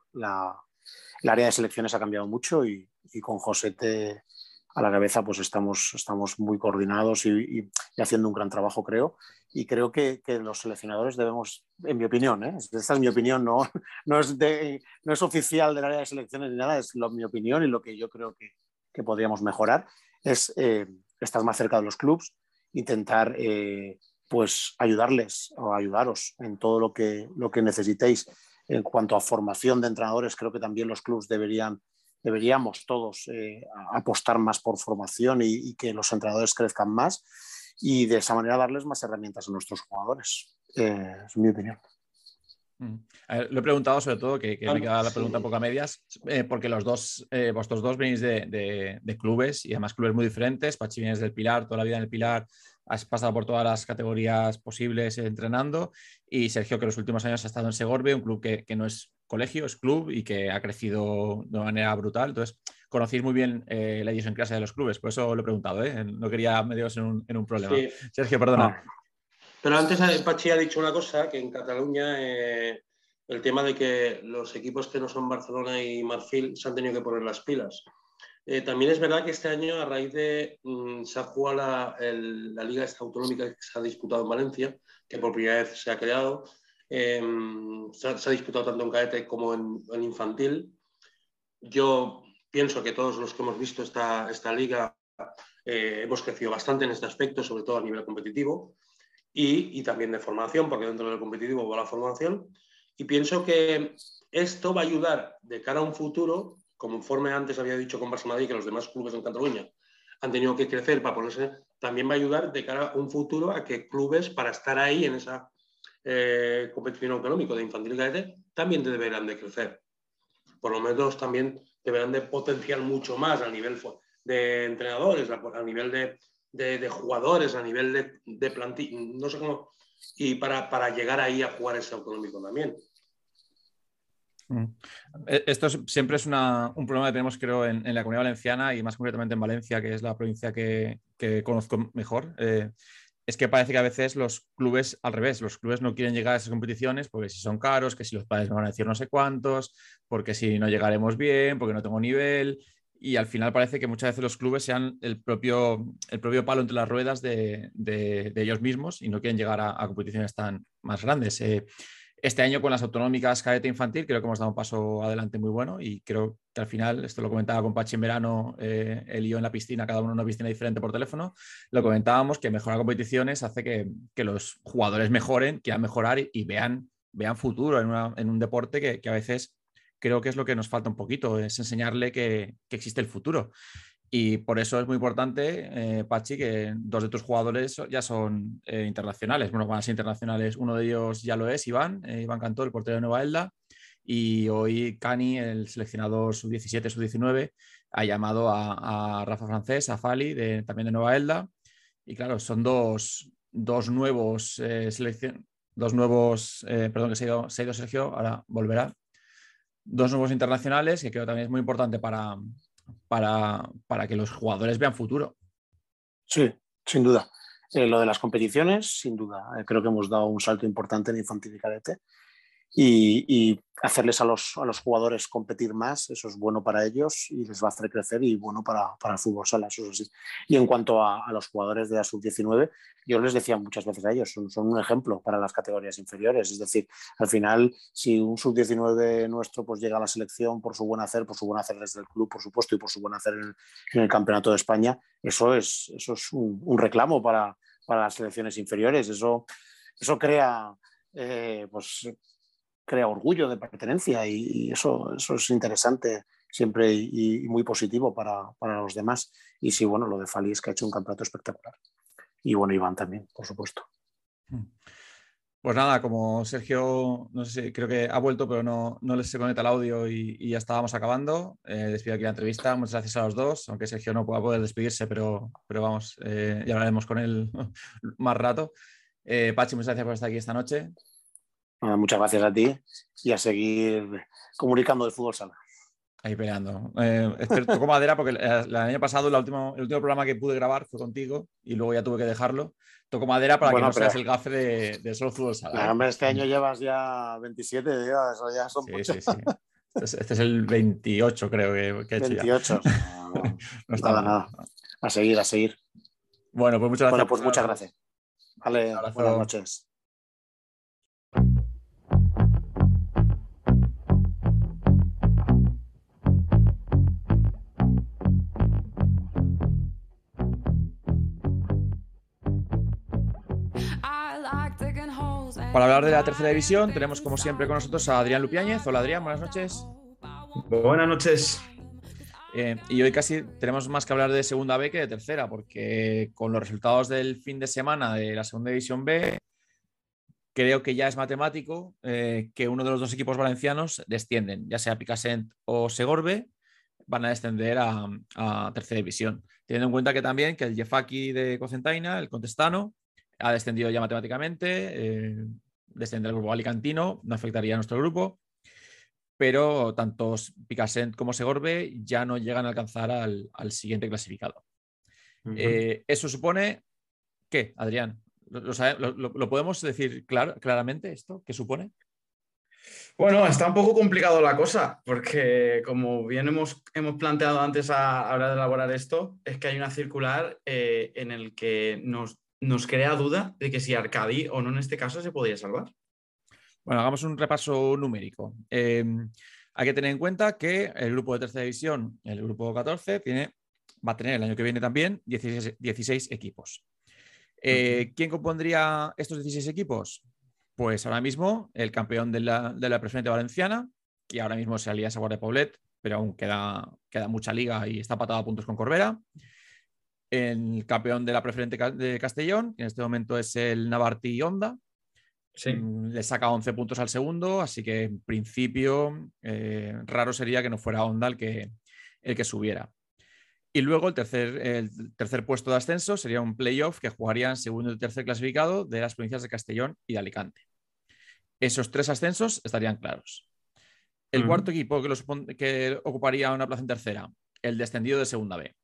el área de selecciones ha cambiado mucho y con Josete a la cabeza pues estamos muy coordinados y haciendo un gran trabajo, creo. Y creo que los seleccionadores debemos, en mi opinión, esta es mi opinión, no es oficial del área de selecciones ni nada, es mi opinión y lo que yo creo que podríamos mejorar, es estar más cerca de los clubes, intentar pues ayudarles o ayudaros en todo lo que necesitéis. En cuanto a formación de entrenadores, creo que también los clubes deberíamos todos apostar más por formación y que los entrenadores crezcan más y de esa manera darles más herramientas a nuestros jugadores. Es mi opinión. A ver, lo he preguntado sobre todo, que me queda la pregunta un Sí. poco a medias, porque vosotros dos venís de clubes y además clubes muy diferentes. Pachi vienes del Pilar, toda la vida en el Pilar, has pasado por todas las categorías posibles entrenando, y Sergio, que en los últimos años ha estado en Segorbe, un club que no es colegio, es club y que ha crecido de manera brutal. Entonces, conocéis muy bien la idiosincrasia de los clubes, por eso lo he preguntado, ¿eh? No quería meteros en un problema. Sí. Sergio, perdona. Pero antes Pachi ha dicho una cosa, que en Cataluña el tema de que los equipos que no son Barcelona y Marfil se han tenido que poner las pilas. También es verdad que este año, a raíz de se ha jugado la Liga Autonómica que se ha disputado en Valencia, que por primera vez se ha creado, se ha disputado tanto en cadete como en infantil. Yo pienso que todos los que hemos visto esta liga hemos crecido bastante en este aspecto, sobre todo a nivel competitivo y también de formación, porque dentro del competitivo va la formación. Y pienso que esto va a ayudar de cara a un futuro, conforme antes había dicho con Barça Madrid, que los demás clubes en Cataluña han tenido que crecer para ponerse, también va a ayudar de cara a un futuro a que clubes, para estar ahí en esa competición autonómica de infantil y cadete, también deberán de crecer. Por lo menos también deberán de potenciar mucho más a nivel de entrenadores, a nivel de jugadores, a nivel de plantilla, no sé cómo, y para llegar ahí a jugar ese autonómico también. Esto siempre es un problema que tenemos, creo, en la Comunidad Valenciana y más concretamente en Valencia, que es la provincia que conozco mejor. Es que parece que a veces los clubes, al revés, los clubes no quieren llegar a esas competiciones porque si son caros, que si los padres me van a decir no sé cuántos, porque si no llegaremos bien, porque no tengo nivel. Y al final parece que muchas veces los clubes sean el propio palo entre las ruedas de ellos mismos y no quieren llegar a competiciones tan más grandes. Este año con las autonómicas cadete infantil creo que hemos dado un paso adelante muy bueno y creo que al final, esto lo comentaba con Pachi en verano, él y yo en la piscina, cada uno en una piscina diferente por teléfono, lo comentábamos que mejorar competiciones hace que los jugadores mejoren, quieran mejorar y vean futuro en un deporte que a veces creo que es lo que nos falta un poquito, es enseñarle que existe el futuro. Y por eso es muy importante, Pachi, que dos de tus jugadores ya son internacionales. Bueno, van a ser internacionales. Uno de ellos ya lo es, Iván Cantó, el portero de Nueva Elda. Y hoy Cani, el seleccionador sub-17, sub-19, ha llamado a Rafa Francés, a Fali, también de Nueva Elda. Y claro, son dos nuevos perdón, que se ha ido Sergio, ahora volverá. Dos nuevos internacionales, que creo también es muy importante para que los jugadores vean futuro. Sí, sin duda. Lo de las competiciones, sin duda. Creo que hemos dado un salto importante en infantil y cadete. Y hacerles a los jugadores competir más, eso es bueno para ellos y les va a hacer crecer y bueno para el fútbol sala, eso sí. Y en cuanto a los jugadores de la sub-19, yo les decía muchas veces a ellos, son un ejemplo para las categorías inferiores, es decir, al final, si un sub-19 nuestro pues llega a la selección por su buen hacer desde el club, por supuesto, y por su buen hacer en el Campeonato de España, eso es un reclamo para las selecciones inferiores, eso crea pues crea orgullo de pertenencia y eso es interesante siempre y muy positivo para los demás. Y sí, bueno, lo de Fali es que ha hecho un campeonato espectacular. Y bueno, Iván también, por supuesto. Pues nada, como Sergio, no sé si creo que ha vuelto, pero no les se conecta el audio y ya estábamos acabando. Despido aquí la entrevista. Muchas gracias a los dos, aunque Sergio no pueda poder despedirse, pero vamos, ya hablaremos con él más rato. Pachi, muchas gracias por estar aquí esta noche. Muchas gracias a ti y a seguir comunicando del fútbol sala. Ahí peleando. Toco madera porque el año pasado el último programa que pude grabar fue contigo y luego ya tuve que dejarlo. Toco madera para que no seas el gafe de solo fútbol sala. Hombre, este año llevas ya 27, eso ya son muchos. Sí. Este es el 28, creo que he hecho 28. Ya. No está mal. Nada. A seguir. Bueno, pues muchas gracias. Bueno, pues muchas gracias. Vale, buenas noches. Para hablar de la tercera división tenemos como siempre con nosotros a Adrián Lupiáñez. Hola Adrián, buenas noches. Buenas noches. Y hoy casi tenemos más que hablar de segunda B que de tercera, porque con los resultados del fin de semana de la segunda división B, creo que ya es matemático que uno de los dos equipos valencianos descienden, ya sea Picassent o Segorbe, van a descender a tercera división. Teniendo en cuenta que también que el Jefaki de Cocentaina, el contestano, ha descendido ya matemáticamente, descende el grupo alicantino, no afectaría a nuestro grupo, pero tanto Picassent como Segorbe ya no llegan a alcanzar al siguiente clasificado. Eso supone ¿qué, Adrián? ¿Lo podemos decir claramente esto? ¿Qué supone? Bueno, está un poco complicado la cosa, porque como bien hemos planteado antes a la hora de elaborar esto, es que hay una circular en el que nos crea duda de que si Arcadi o no en este caso se podría salvar. Bueno, hagamos un repaso numérico. Hay que tener en cuenta que el grupo de tercera división, el grupo 14, va a tener el año que viene también 16 equipos. ¿Quién compondría estos 16 equipos? Pues ahora mismo el campeón de la preferente valenciana, que ahora mismo es Alianza Guardia Poblet, pero aún queda mucha liga y está patado a puntos con Corbera. El campeón de la preferente de Castellón, que en este momento es el Navartí Honda. Sí. Le saca 11 puntos al segundo, así que en principio raro sería que no fuera Honda el que subiera. Y luego el tercer puesto de ascenso sería un playoff que jugarían segundo y tercer clasificado de las provincias de Castellón y de Alicante. Esos tres ascensos estarían claros. El cuarto equipo que ocuparía una plaza en tercera, el descendido de segunda B.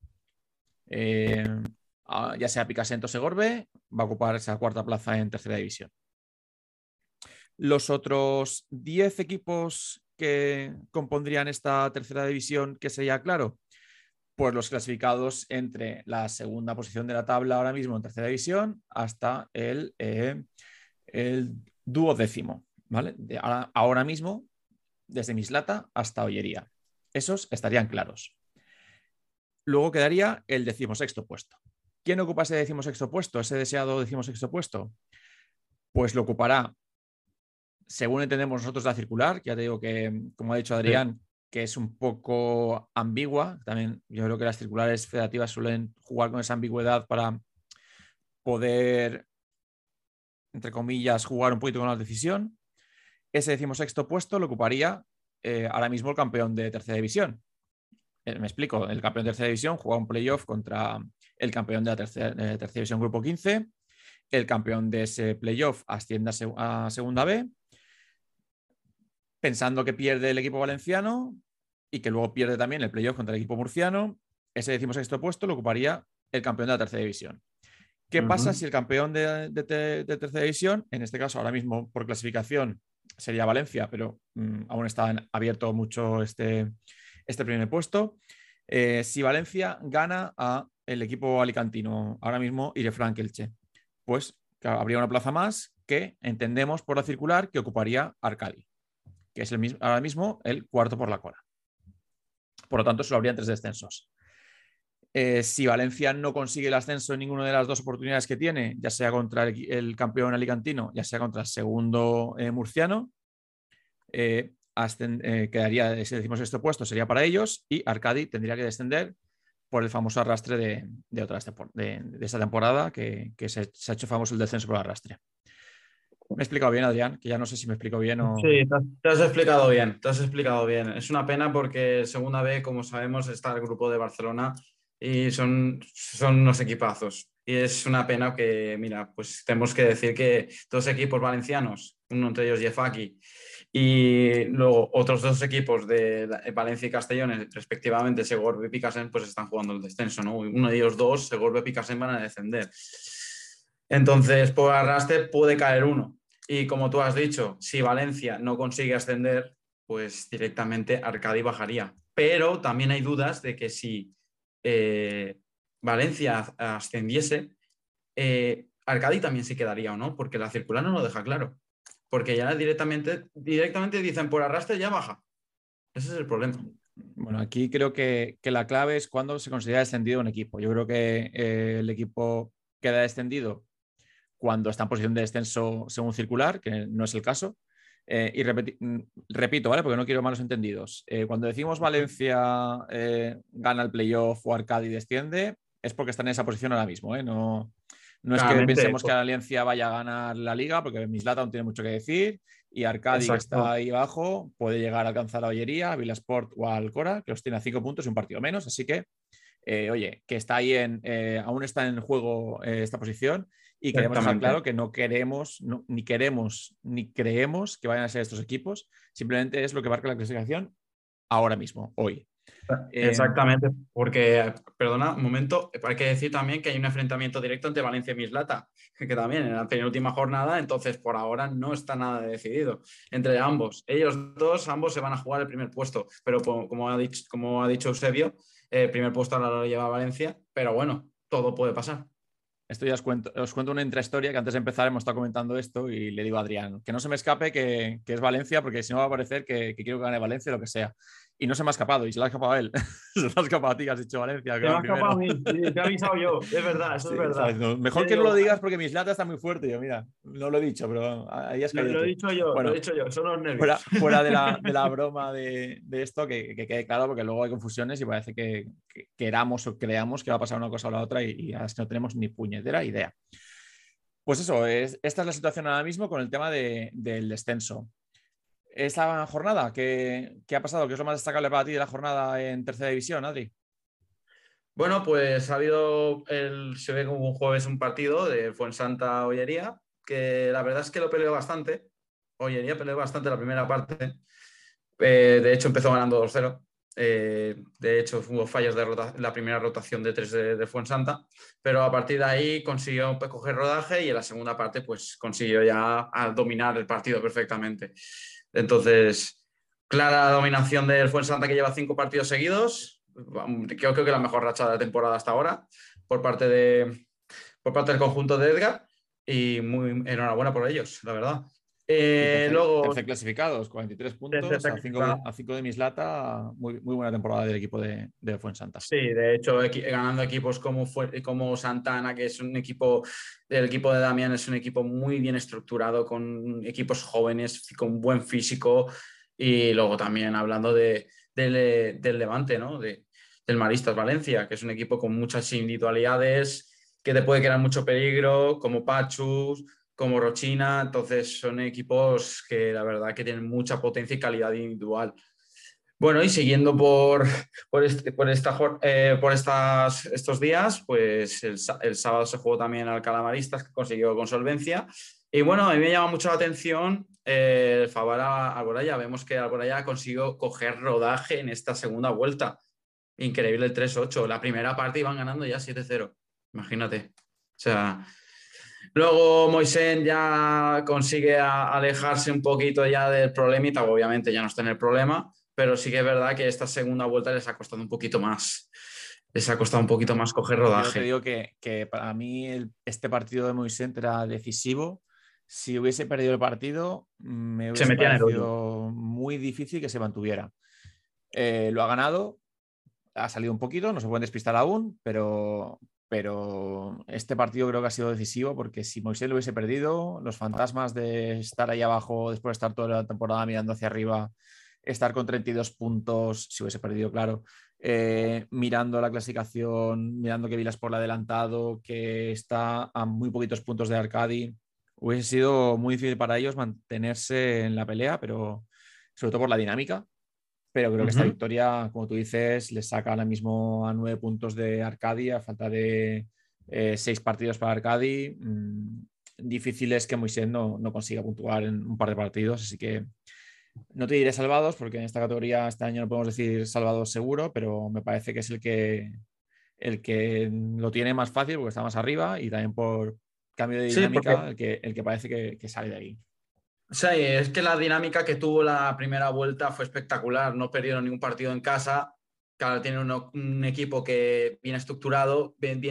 Ya sea Picassent o Segorbe, va a ocupar esa cuarta plaza en tercera división. Los otros 10 equipos que compondrían esta tercera división, ¿qué sería claro? Pues los clasificados entre la segunda posición de la tabla ahora mismo en tercera división hasta el 12º. ¿vale? Ahora mismo, desde Mislata hasta Ollería. Esos estarían claros. Luego quedaría el 16º puesto. ¿Quién ocupa ese 16º puesto, ese deseado 16º puesto? Pues lo ocupará, según entendemos nosotros, la circular, que ya te digo que, como ha dicho Adrián, que es un poco ambigua. También yo creo que las circulares federativas suelen jugar con esa ambigüedad para poder, entre comillas, jugar un poquito con la decisión. Ese 16º puesto lo ocuparía ahora mismo el campeón de tercera división. Me explico, el campeón de tercera división juega un playoff contra el campeón de la tercera división grupo 15. El campeón de ese playoff asciende a segunda B, pensando que pierde el equipo valenciano y que luego pierde también el playoff contra el equipo murciano. Ese 16º puesto lo ocuparía el campeón de la tercera división. ¿Qué pasa si el campeón de tercera división, en este caso ahora mismo por clasificación sería Valencia, pero aún está abierto mucho este primer puesto? Si Valencia gana a el equipo alicantino, ahora mismo Irefranc Elche, pues claro, habría una plaza más que entendemos por la circular que ocuparía Arcadi, que es ahora mismo el cuarto por la cola. Por lo tanto, solo habría 3 descensos. Si Valencia no consigue el ascenso en ninguna de las 2 oportunidades que tiene, ya sea contra el campeón alicantino, ya sea contra el segundo murciano, quedaría ese 16º puesto, sería para ellos, y Arcadi tendría que descender por el famoso arrastre de esa temporada que se ha hecho famoso el descenso por arrastre. ¿Me he explicado bien, Adrián? Que ya no sé si me explico bien o... Sí, te has explicado bien, te has explicado bien. Es una pena porque segunda B, como sabemos, está el grupo de Barcelona y son unos equipazos. Y es una pena que, mira, pues tenemos que decir que 2 equipos valencianos, uno entre ellos Jefaki, y luego otros 2 equipos de Valencia y Castellón, respectivamente, Segorbe y Picasen, pues están jugando el descenso, ¿no? Uno de ellos 2, Segorbe y Picasen, van a descender. Entonces, por arrastre puede caer uno. Y como tú has dicho, si Valencia no consigue ascender, pues directamente Arcadi bajaría. Pero también hay dudas de que si Valencia ascendiese, Arcadi también se quedaría o no, porque la circular no lo deja claro. Porque ya directamente dicen por arrastre ya baja. Ese es el problema. Bueno, aquí creo que la clave es cuando se considera descendido un equipo. Yo creo que el equipo queda descendido cuando está en posición de descenso según circular, que no es el caso. Y repito, ¿vale? Porque no quiero malos entendidos. Cuando decimos Valencia gana el playoff o Arcadi desciende, es porque está en esa posición ahora mismo. No es que pensemos que la Valencia vaya a ganar la liga, porque Mislata aún tiene mucho que decir, y Arcadi, exacto, que está ahí abajo, puede llegar a alcanzar a Ollería, a Vilasport o a Alcora, que los tiene a 5 puntos y un partido menos. Así que, oye, que está ahí aún está en juego esta posición, y queremos dejar claro que no queremos, ni creemos que vayan a ser estos equipos. Simplemente es lo que marca la clasificación ahora mismo, hoy. Exactamente, porque, perdona, un momento, hay que decir también que hay un enfrentamiento directo entre Valencia y Mislata, que también en la penúltima jornada, entonces por ahora no está nada decidido entre ambos. Ambos se van a jugar el primer puesto, pero como ha dicho Eusebio, el primer puesto ahora lo lleva Valencia, pero bueno, todo puede pasar. Esto ya os cuento una intrahistoria, que antes de empezar hemos estado comentando esto y le digo a Adrián que no se me escape que es Valencia, porque si no va a parecer que quiero que gane Valencia o lo que sea. Y no se me ha escapado, y se le ha escapado a él. Se me ha escapado a ti, que has dicho Valencia. Se me ha escapado a mí, sí, te he avisado yo, es verdad, eso sí, es verdad. No, mejor que no lo digas porque Mislata está muy fuerte. Yo, mira, no lo he dicho, pero ahí has caído. Lo he dicho yo, bueno, son los nervios. Fuera de la broma de esto, que quede claro, porque luego hay confusiones y parece que queramos o creamos que va a pasar una cosa o la otra y es que no tenemos ni puñetera idea. Pues eso, esta es la situación ahora mismo con el tema del descenso. Esta jornada, ¿qué ha pasado? ¿Qué es lo más destacable para ti de la jornada en tercera división, Adri? Bueno, pues ha habido, se ve como un jueves un partido de Fuensanta Ollería, que la verdad es que lo peleó bastante. Ollería peleó bastante la primera parte. De hecho, empezó ganando 2-0. De hecho, hubo fallos de la primera rotación de 3 de Fuensanta, pero a partir de ahí consiguió coger rodaje y en la segunda parte pues consiguió ya dominar el partido perfectamente. Entonces, clara dominación del Fuensanta, que lleva 5 partidos seguidos. Creo que la mejor racha de la temporada hasta ahora por parte del conjunto de Edgar, y muy enhorabuena por ellos, la verdad. Luego, tercer clasificados, 43 puntos, tercer a 5 clasificado. de Mislata. Muy, muy buena temporada del equipo de Fuensanta. Sí, de hecho, ganando equipos como Santana, que es un equipo, el equipo de Damián es un equipo muy bien estructurado, con equipos jóvenes, con buen físico, y luego también hablando del Levante, ¿no? Del Maristas Valencia, que es un equipo con muchas individualidades, que te puede crear mucho peligro, como Pachus, como Rochina. Entonces son equipos que la verdad que tienen mucha potencia y calidad individual. Bueno, y siguiendo estos días, pues el sábado se jugó también al Calamaristas, que consiguió con solvencia. Y bueno, a mí me llama mucho la atención el Favara Alboraya. Vemos que Alboraya consiguió coger rodaje en esta segunda vuelta. Increíble el 3-8. La primera parte iban ganando ya 7-0. Imagínate. O sea, luego Moisés ya consigue alejarse un poquito ya del problemita, obviamente ya no está en el problema, pero sí que es verdad que esta segunda vuelta les ha costado un poquito más. Les ha costado un poquito más coger Yo te rodaje. digo que para mí este partido de Moisés era decisivo. Si hubiese perdido el partido, me Se hubiese metía en el hoyo. parecido muy difícil que se mantuviera. Lo ha ganado, ha salido un poquito, no se pueden despistar aún, pero este partido creo que ha sido decisivo porque si Moisés lo hubiese perdido, los fantasmas de estar ahí abajo después de estar toda la temporada mirando hacia arriba, estar con 32 puntos, si hubiese perdido, claro, mirando la clasificación, mirando que Vilas por el adelantado, que está a muy poquitos puntos de Arcadi, hubiese sido muy difícil para ellos mantenerse en la pelea, pero sobre todo por la dinámica. Pero creo que esta victoria, como tú dices, le saca ahora mismo a 9 puntos de Arcadi, a falta de 6 partidos para Arcadi. Difícil es que Moisés no consiga puntuar en un par de partidos, así que no te diré salvados, porque en esta categoría este año no podemos decir salvados seguro, pero me parece que es el que lo tiene más fácil porque está más arriba y también por cambio de Sí, porque dinámica el que parece que sale de ahí. sí, es que la dinámica que tuvo la primera vuelta fue espectacular. No perdieron ningún partido en casa. Claro, tienen un equipo que bien estructurado, bien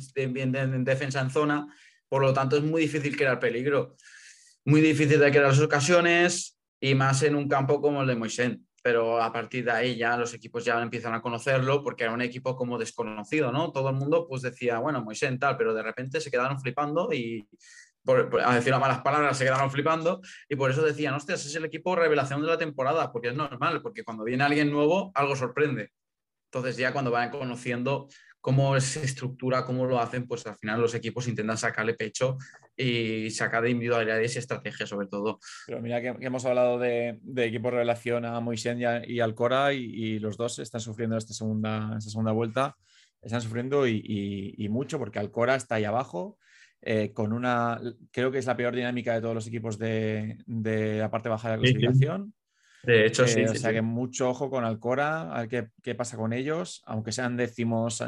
en defensa en zona. Por lo tanto, es muy difícil crear peligro. Muy difícil de crear las ocasiones y más en un campo como el de Moisés. Pero a partir de ahí ya los equipos ya empiezan a conocerlo porque era un equipo como desconocido, ¿no? Todo el mundo pues decía, bueno, Moisés tal, pero de repente se quedaron flipando y a decir las malas palabras, se quedaron flipando y por eso decían, hostias, es el equipo revelación de la temporada, porque es normal, porque cuando viene alguien nuevo, algo sorprende. Entonces ya cuando van conociendo cómo se estructura, cómo lo hacen, pues al final los equipos intentan sacarle pecho y sacar de individualidades y estrategia sobre todo. Pero mira que hemos hablado de equipo revelación a Moisés y Alcora y los dos están sufriendo esta segunda vuelta. Están sufriendo y mucho porque Alcora está ahí abajo con creo que es la peor dinámica de todos los equipos de la parte baja de la Sí, sí. clasificación. De hecho, sí, O sí, sea que sí. mucho ojo con Alcora, a ver qué pasa con ellos, aunque sean décimos,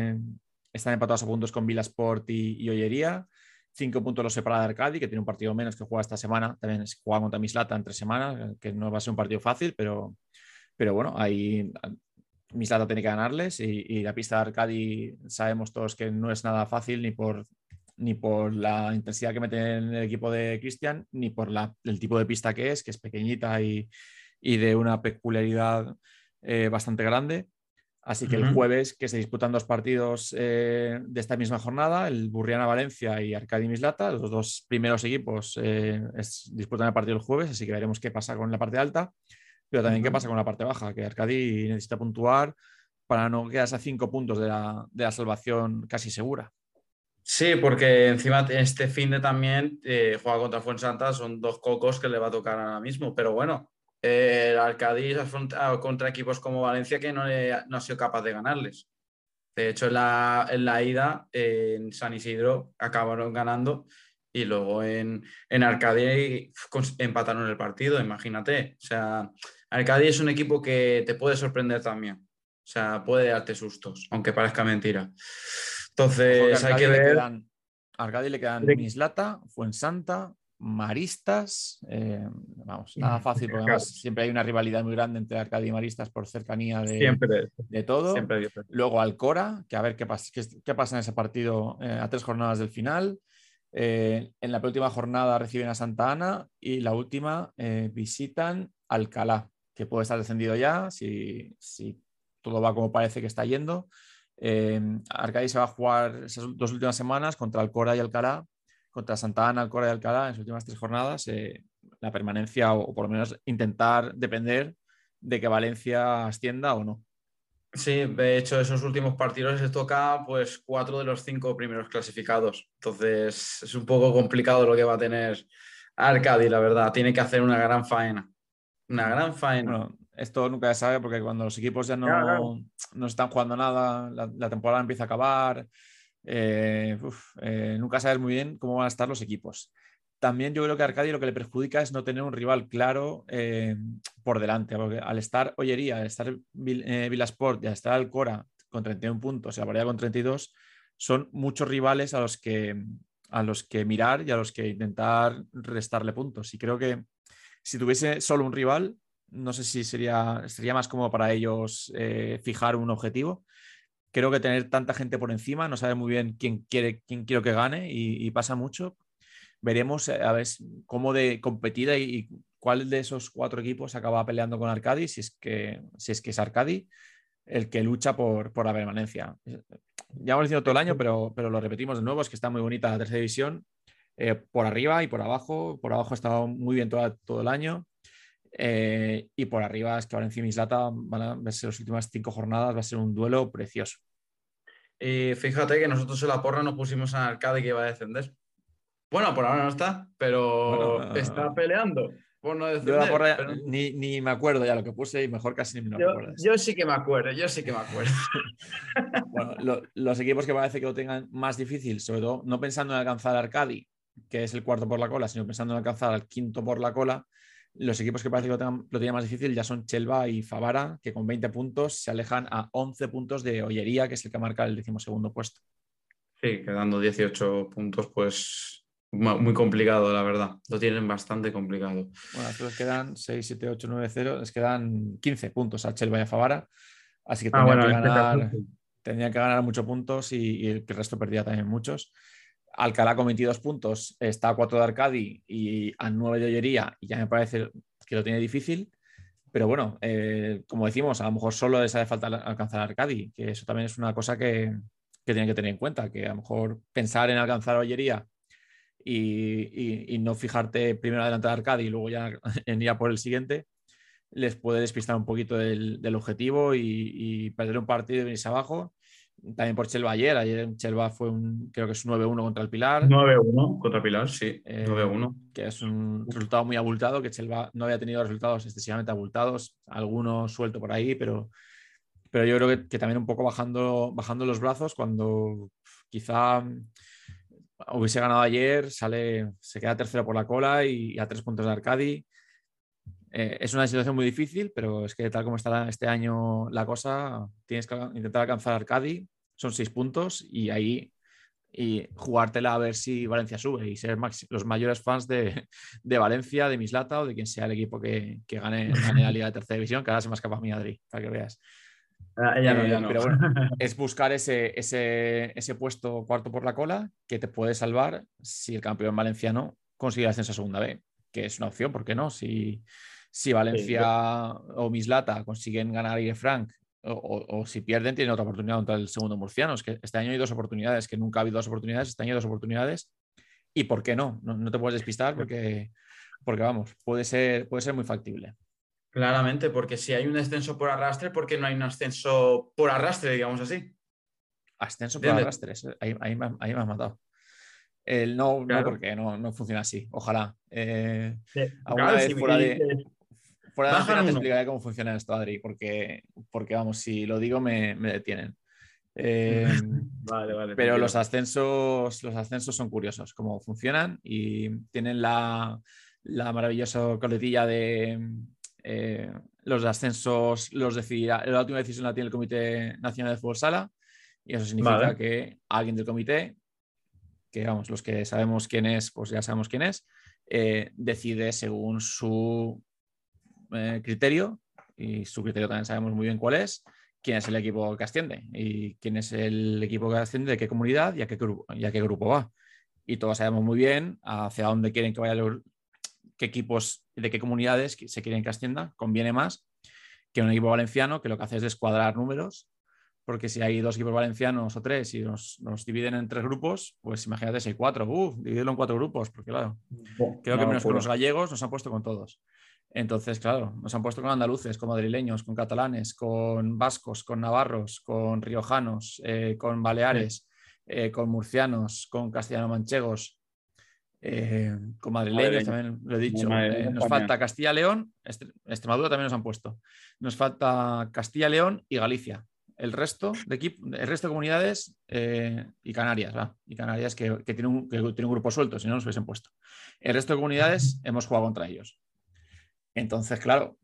están empatados a puntos con Vilasport y Ollería. 5 puntos los separa de Arcadi, que tiene un partido menos que juega esta semana. También se juega contra Mislata en 3 semanas, que no va a ser un partido fácil, pero bueno, ahí Mislata tiene que ganarles y la pista de Arcadi sabemos todos que no es nada fácil ni por la intensidad que mete en el equipo de Cristian, ni por el tipo de pista que es pequeñita y de una peculiaridad bastante grande. Así que el jueves, que se disputan 2 partidos de esta misma jornada, el Burriana Valencia y Arcadi Mislata, los 2 primeros equipos disputan el partido el jueves, así que veremos qué pasa con la parte alta, pero también qué pasa con la parte baja, que Arcadi necesita puntuar para no quedarse a 5 puntos de la salvación casi segura. Sí, porque encima este fin de también juega contra Fuensanta, son 2 cocos que le va a tocar ahora mismo, pero bueno, el Arcadi ha afrontado contra equipos como Valencia que no ha sido capaz de ganarles. De hecho, en la ida en San Isidro acabaron ganando y luego en Arcadi empataron el partido, imagínate. O sea, Arcadi es un equipo que te puede sorprender también. O sea, puede darte sustos, aunque parezca mentira. Entonces, hay que ver. A Arcadi le quedan Mislata, Fuensanta, Maristas. Vamos, nada fácil, porque además siempre hay una rivalidad muy grande entre Arcadi y Maristas por cercanía de todo. Siempre. Luego Alcora, que a ver qué pasa en ese partido a 3 jornadas del final. En la penúltima jornada reciben a Santa Ana y la última visitan Alcalá, que puede estar descendido ya si todo va como parece que está yendo. Arcadi se va a jugar esas 2 últimas semanas contra Alcora y Alcalá, contra Santa Ana, Alcora y Alcalá en las últimas 3 jornadas, la permanencia o por lo menos intentar depender de que Valencia ascienda o no. Sí, de hecho, esos últimos partidos les toca pues 4 de los 5 primeros clasificados. Entonces, es un poco complicado lo que va a tener Arcadi, la verdad. Tiene que hacer una gran faena. Una gran faena. Bueno, esto nunca se sabe porque cuando los equipos ya Claro. no están jugando nada, la temporada empieza a acabar, nunca sabes muy bien cómo van a estar los equipos. También yo creo que a Arcadi lo que le perjudica es no tener un rival claro por delante, porque al estar Ollería, al estar Vilasport y al estar Alcora con 31 puntos y la Variedad con 32, son muchos rivales a los que mirar y a los que intentar restarle puntos. Y creo que si tuviese solo un rival, no sé si sería más cómodo para ellos fijar un objetivo. Creo que tener tanta gente por encima, no saber muy bien quién quiero que gane y pasa mucho. Veremos a ver cómo de competida y cuál de esos 4 equipos acaba peleando con Arcadi, si es que es Arcadi el que lucha por la permanencia. Ya hemos dicho todo el año, pero lo repetimos de nuevo, es que está muy bonita la tercera división, por arriba y por abajo. Por abajo ha estado muy bien todo el año. Y por arriba es que Valencia y Mislata van a verse las últimas 5 jornadas, va a ser un duelo precioso. Y fíjate que nosotros en la porra nos pusimos en Arcadi que iba a descender. Bueno, por ahora no está, pero está Bueno, peleando por no yo de la descender. porra Pero ni me acuerdo ya lo que puse y mejor casi ni me lo recuerdas. yo sí que me acuerdo, yo sí que me acuerdo. Bueno, los equipos que parece que lo tengan más difícil, sobre todo no pensando en alcanzar a Arcadi, que es el 4 por la cola, sino pensando en alcanzar al 5 por la cola, los equipos que parece que lo tienen más difícil ya son Chelva y Favara, que con 20 puntos se alejan a 11 puntos de Ollería, que es el que marca el 12º puesto. Sí, quedando 18 puntos, pues muy complicado, la verdad. Lo tienen bastante complicado. Bueno, después les quedan 6, 7, 8, 9, 0, les quedan 15 puntos a Chelva y a Favara, así que Bueno, este está justo. tendrían que ganar muchos puntos y el resto perdía también muchos. Alcalá con 22 puntos está a 4 de Arcadi y a 9 de Ollería, y ya me parece que lo tiene difícil. Pero bueno, como decimos, a lo mejor solo les hace falta alcanzar a Arcadi, que eso también es una cosa que tienen que tener en cuenta, que a lo mejor pensar en alcanzar a Ollería y no fijarte primero adelante de Arcadi y luego ya en ir a por el siguiente, les puede despistar un poquito del objetivo y perder un partido y venirse abajo. También por Chelva ayer Chelva fue creo que es un 9-1 contra el Pilar, 9-1 contra Pilar, sí, 9-1. que es un resultado muy abultado, que Chelva no había tenido resultados excesivamente abultados, algunos suelto por ahí, pero yo creo que también un poco bajando los brazos cuando quizá hubiese ganado ayer, se queda tercero por la cola y a 3 puntos de Arcadi. Es una situación muy difícil, pero es que tal como está este año la cosa, tienes que intentar alcanzar a Arcadi, son 6 puntos y ahí jugártela a ver si Valencia sube y ser los mayores fans de Valencia, de Mislata o de quien sea el equipo que gane la Liga de Tercera División, que ahora se me escapa mi Adri, para que veas. Ya no. Pero bueno, es buscar ese puesto 4 por la cola que te puede salvar si el campeón valenciano consigue el ascenso a Segunda B, que es una opción, ¿por qué no? Si Valencia o Mislata consiguen ganar a Frank o si pierden, tienen otra oportunidad contra el segundo murciano. Es que este año hay 2 oportunidades, que nunca ha habido 2 oportunidades, este año hay 2 oportunidades. ¿Y por qué no? No te puedes despistar porque vamos, puede ser muy factible. Claramente, porque si hay un descenso por arrastre, ¿por qué no hay un ascenso por arrastre, digamos así? Ascenso por arrastres, ahí me has matado. No, Claro. porque no funciona así. Ojalá. Alguna Claro, vez si fuera de bajan antena te uno. explicaré cómo funciona esto, Adri, porque vamos, si lo digo me detienen. Vale, Pero tranquilo. los ascensos son curiosos, cómo funcionan y tienen la maravillosa coletilla de los ascensos los decidirá, la última decisión la tiene el Comité Nacional de Fútbol Sala y eso significa Vale. que alguien del comité, que vamos, los que sabemos quién es, pues ya sabemos quién es, decide según su criterio, y su criterio también sabemos muy bien cuál es, quién es el equipo que asciende y quién es el equipo que asciende, de qué comunidad y a qué grupo va. y todos sabemos muy bien hacia dónde quieren que vayan qué equipos de qué comunidades se quieren que asciendan. Conviene más que un equipo valenciano que lo que hace es descuadrar números, porque si hay 2 equipos valencianos o 3 y nos dividen en 3 grupos, pues imagínate si hay 4, dividirlo en 4 grupos, porque claro, creo que menos con los gallegos nos han puesto con todos. Entonces, claro, nos han puesto con andaluces, con madrileños, con catalanes, con vascos, con navarros, con riojanos, con baleares, con murcianos, con castellano-manchegos, con madrileños, también lo he dicho. Nos falta Castilla-León, Extremadura también nos han puesto. Nos falta Castilla-León y Galicia. El resto de comunidades y Canarias, y Canarias que tiene un grupo suelto, si no nos hubiesen puesto. El resto de comunidades hemos jugado contra ellos. Entonces, claro,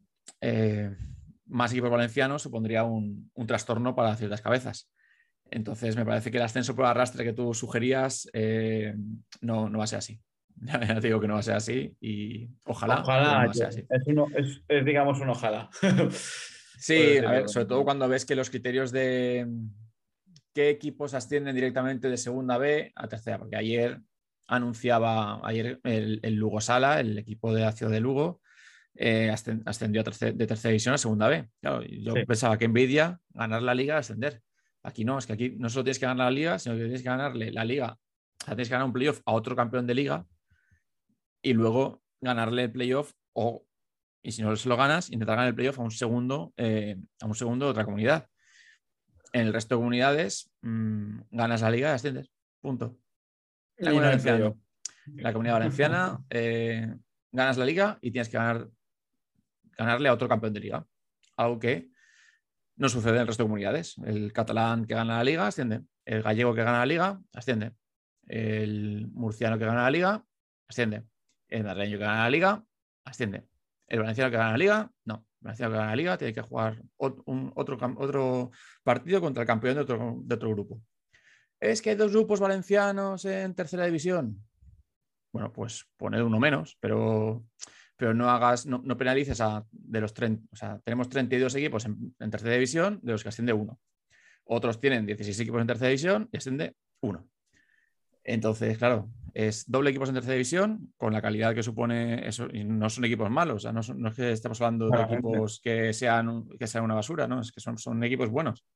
más equipos valencianos supondría un trastorno para ciertas cabezas. Entonces, me parece que el ascenso por arrastre que tú sugerías no va a ser así. Ya te digo que no va a ser así y ojalá no va a ser así. Es digamos, un ojalá. Sí, a ver, sobre todo cuando ves que los criterios de qué equipos ascienden directamente de segunda B a tercera, porque ayer anunciaba el Lugo Sala, el equipo de la ciudad de Lugo, ascendió de tercera división a segunda B. Claro, yo pensaba que envidia ganar la liga, ascender. Aquí no, es que aquí no solo tienes que ganar la liga, sino que tienes que ganarle la liga, o sea, tienes que ganar un playoff a otro campeón de liga y luego ganarle el playoff y si no se lo ganas, intentar ganar el playoff a un segundo de otra comunidad. En el resto de comunidades ganas la liga y asciendes. Punto. La comunidad valenciana ganas la liga y tienes que ganarle a otro campeón de liga. Algo que no sucede en el resto de comunidades. El catalán que gana la liga asciende. El gallego que gana la liga asciende. El murciano que gana la liga asciende. El madrileño que gana la liga asciende. El valenciano que gana la liga, no. El valenciano que gana la liga tiene que jugar otro partido contra el campeón de otro grupo. Es que hay 2 grupos valencianos en tercera división. Bueno, pues poner uno menos, pero no penalices de los 30. O sea, tenemos 32 equipos en tercera división, de los que asciende 1. Otros tienen 16 equipos en tercera división y asciende 1. Entonces, claro, es doble equipos en tercera división con la calidad que supone eso. Y no son equipos malos, o sea, no es que estemos hablando de equipos que sean una basura, ¿no? Es que son equipos buenos.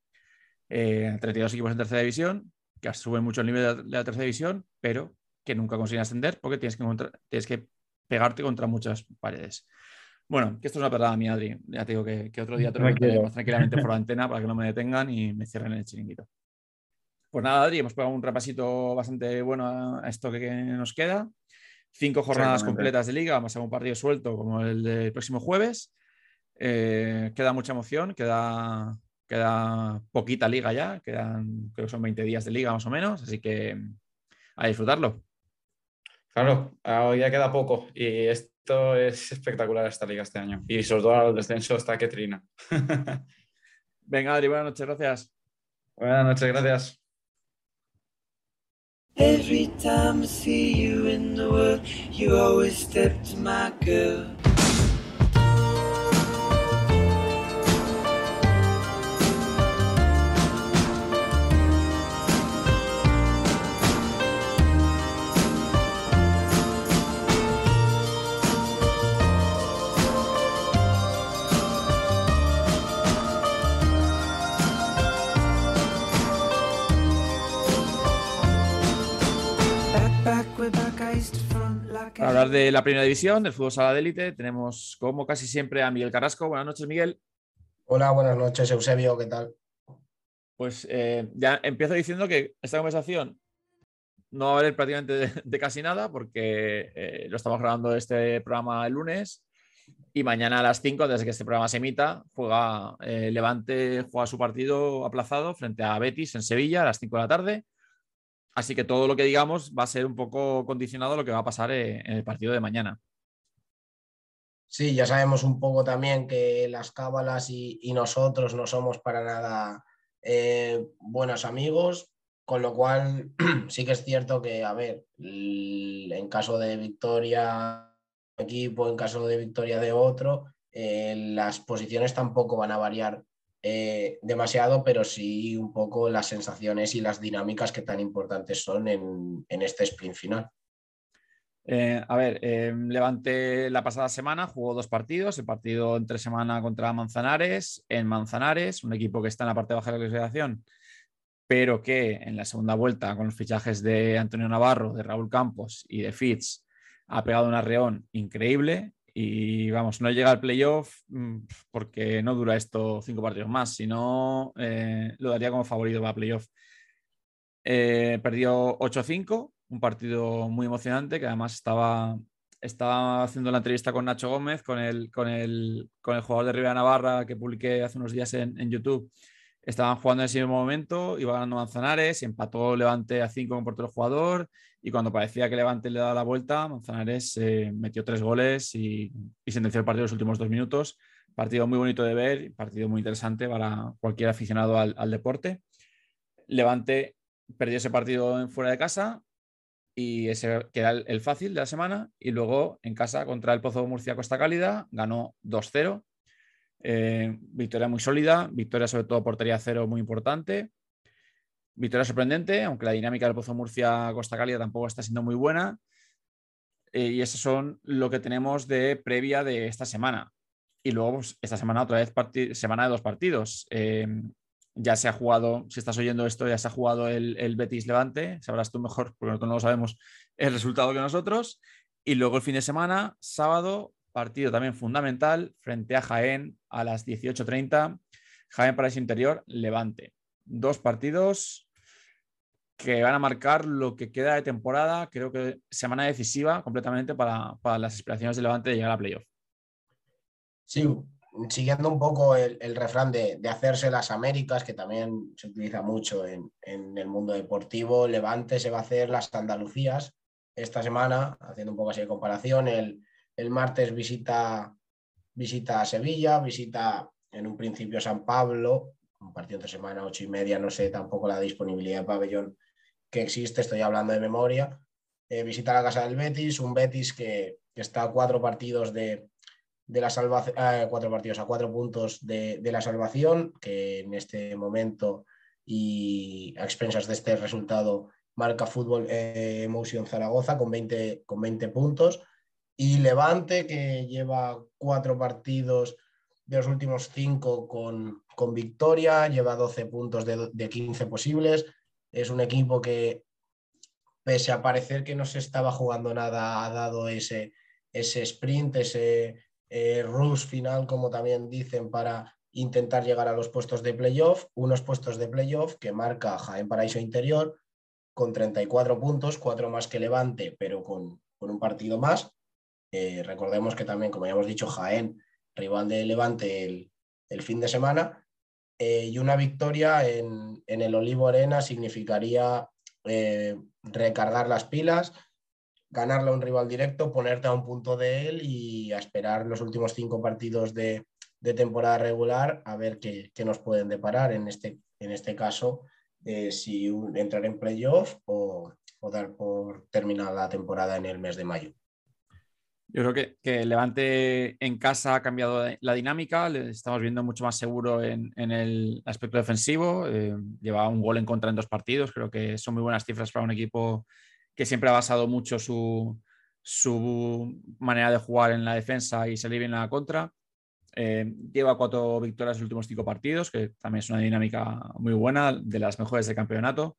32 equipos en tercera división que suben mucho el nivel de la tercera división, pero que nunca consiguen ascender porque tienes que pegarte contra muchas paredes. Bueno, que esto es una perrada mía, Adri. Ya te digo que otro día te lo contaré más tranquilamente por la antena para que no me detengan y me cierren el chiringuito. Pues nada, Adri, hemos pegado un repasito bastante bueno a esto que nos queda. 5 jornadas completas de liga, más algún partido suelto como el del próximo jueves. Queda mucha emoción, queda poquita liga ya, creo que son 20 días de liga más o menos, así que a disfrutarlo. Claro, ya queda poco y esto es espectacular esta liga este año y sobre todo al descenso está que trina. Venga, Adri, buenas noches, gracias. Buenas noches, gracias. Every time I see you in the world, you always step to my girl. Para hablar de la primera división, del fútbol sala de élite, tenemos como casi siempre a Miguel Carrasco. Buenas noches, Miguel. Hola, buenas noches, Eusebio, ¿qué tal? Pues ya empiezo diciendo que esta conversación no va a valer prácticamente de casi nada porque lo estamos grabando este programa el lunes y mañana a las 5, desde que este programa se emita, juega Levante, juega su partido aplazado frente a Betis en Sevilla a las 5 de la tarde. Así que todo lo que digamos va a ser un poco condicionado a lo que va a pasar en el partido de mañana. Sí, ya sabemos un poco también que las cábalas y nosotros no somos para nada buenos amigos, con lo cual sí que es cierto que, a ver, en caso de victoria de un equipo, en caso de victoria de otro, las posiciones tampoco van a variar demasiado, pero sí un poco las sensaciones y las dinámicas que tan importantes son en este sprint final. Levante la pasada semana jugó 2 partidos, el partido entre semana contra Manzanares, en Manzanares, un equipo que está en la parte baja de la clasificación, pero que en la segunda vuelta, con los fichajes de Antonio Navarro, de Raúl Campos y de Fitz, ha pegado un arreón increíble y vamos, no llega al playoff porque no dura esto 5 partidos más, si no lo daría como favorito para playoff. Perdió 8-5, un partido muy emocionante que además estaba haciendo la entrevista con Nacho Gómez, con el jugador de Ribera Navarra que publiqué hace unos días en YouTube. Estaban jugando en ese mismo momento, iba ganando Manzanares, empató Levante a 5 con portero jugador y cuando parecía que Levante le daba la vuelta, Manzanares metió 3 goles y sentenció el partido en los últimos 2 minutos. Partido muy bonito de ver, partido muy interesante para cualquier aficionado al deporte. Levante perdió ese partido fuera de casa y ese que era el fácil de la semana, y luego en casa contra el Pozo Murcia Costa Cálida ganó 2-0. Victoria muy sólida, victoria sobre todo portería cero muy importante, victoria sorprendente, aunque la dinámica del Pozo Murcia Costa Cálida tampoco está siendo muy buena. Y eso son lo que tenemos de previa de esta semana. Y luego pues, esta semana otra vez semana de 2 partidos. Ya se ha jugado, si estás oyendo esto, ya se ha jugado el Betis Levante, sabrás tú mejor, porque nosotros no lo sabemos el resultado que nosotros. Y luego el fin de semana, sábado, partido también fundamental, frente a Jaén a las 18:30. Jaén Paraíso Interior, Levante. 2 partidos que van a marcar lo que queda de temporada, creo que semana decisiva completamente para las aspiraciones de Levante de llegar a playoff. Sí, siguiendo un poco el refrán de hacerse las Américas, que también se utiliza mucho en el mundo deportivo, Levante se va a hacer las Andalucías esta semana, haciendo un poco así de comparación. El martes visita a Sevilla, visita en un principio San Pablo, un partido entre semana, 8:30, no sé tampoco la disponibilidad de pabellón que existe, estoy hablando de memoria. Visita la casa del Betis, un Betis que está a 4 partidos de la salvación, 4 partidos a 4 puntos de la salvación, que en este momento y a expensas de este resultado marca Fútbol Emotion Zaragoza con 20 puntos, y Levante, que lleva 4 partidos de los últimos 5 con victoria, lleva 12 puntos de 15 posibles. Es un equipo que, pese a parecer que no se estaba jugando nada, ha dado ese sprint, ese rush final, como también dicen, para intentar llegar a los puestos de playoff, unos puestos de playoff que marca Jaén Paraíso Interior con 34 puntos, 4 más que Levante, pero con un partido más. Recordemos que también, como ya hemos dicho, Jaén, rival de Levante el fin de semana, y una victoria en el Olivo Arena significaría recargar las pilas, ganarle a un rival directo, ponerte a un punto de él y a esperar los últimos 5 partidos de temporada regular a ver qué nos pueden deparar en este caso, si entrar en playoff o dar por terminada la temporada en el mes de mayo. Yo creo que el Levante en casa ha cambiado la dinámica, le estamos viendo mucho más seguro en el aspecto defensivo, lleva un gol en contra en 2 partidos, creo que son muy buenas cifras para un equipo que siempre ha basado mucho su manera de jugar en la defensa y salir bien en la contra. Lleva 4 victorias en los últimos 5 partidos, que también es una dinámica muy buena, de las mejores del campeonato.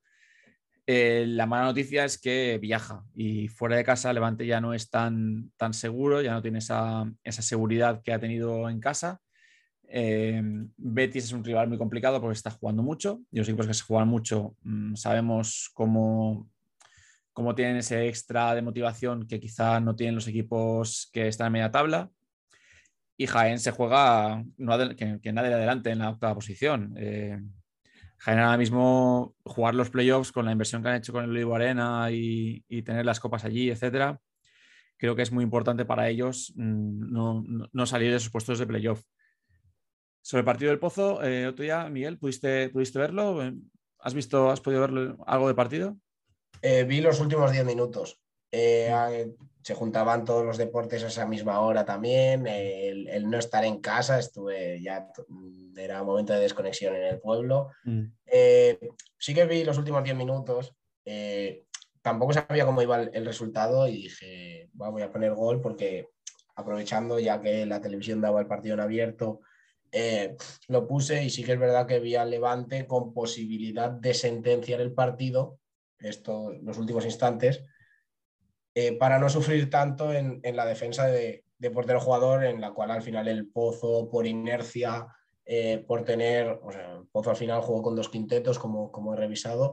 La mala noticia es que viaja y fuera de casa Levante ya no es tan seguro, ya no tiene esa seguridad que ha tenido en casa. Betis es un rival muy complicado porque está jugando mucho y los equipos que se juegan mucho sabemos cómo tienen ese extra de motivación que quizá no tienen los equipos que están en media tabla. Y Jaén se juega que nadie adelante en la 8ª posición. Jaén ahora mismo jugar los playoffs con la inversión que han hecho con el Olivo Arena y tener las copas allí, etcétera, creo que es muy importante para ellos no salir de sus puestos de playoff. Sobre el partido del Pozo, otro día, Miguel, ¿pudiste verlo? ¿Has podido ver algo del partido? Vi los últimos 10 minutos. Se juntaban todos los deportes a esa misma hora también, el no estar en casa, era momento de desconexión en el pueblo. Sí que vi los últimos 10 minutos, tampoco sabía cómo iba el resultado y dije, voy a poner gol porque aprovechando ya que la televisión daba el partido en abierto, lo puse y sí que es verdad que vi al Levante con posibilidad de sentenciar el partido, los últimos instantes, para no sufrir tanto en la defensa de portero-jugador, en la cual al final el Pozo, por inercia, por tener, o sea, el Pozo al final jugó con 2 quintetos, como he revisado,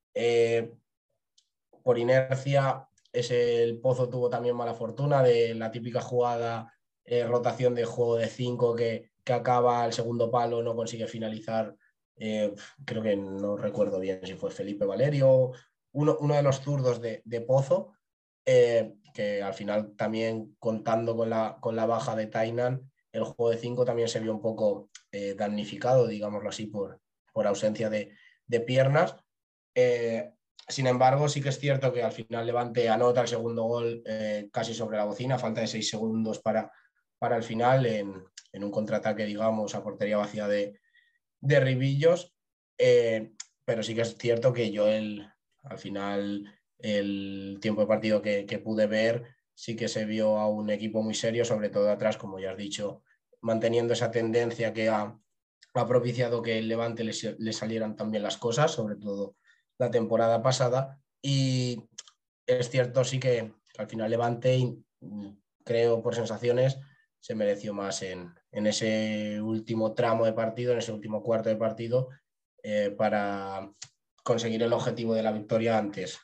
por inercia el Pozo tuvo también mala fortuna de la típica jugada, rotación de juego de 5 que acaba al segundo palo, no consigue finalizar, creo que no recuerdo bien si fue Felipe Valerio, uno de los zurdos de Pozo, que al final también contando con la baja de Tainan, el juego de 5 también se vio un poco damnificado, digámoslo así, por ausencia de piernas. Sin embargo, sí que es cierto que al final Levante anota el segundo gol casi sobre la bocina, falta de 6 segundos para el final, en un contraataque, digamos, a portería vacía de Ribillos. Pero sí que es cierto que yo al final el tiempo de partido que pude ver sí que se vio a un equipo muy serio, sobre todo atrás, como ya has dicho, manteniendo esa tendencia que ha propiciado que el Levante le salieran también las cosas, sobre todo la temporada pasada. Y es cierto sí que al final Levante, creo por sensaciones, se mereció más en ese último tramo de partido, en ese último cuarto de partido, para conseguir el objetivo de la victoria antes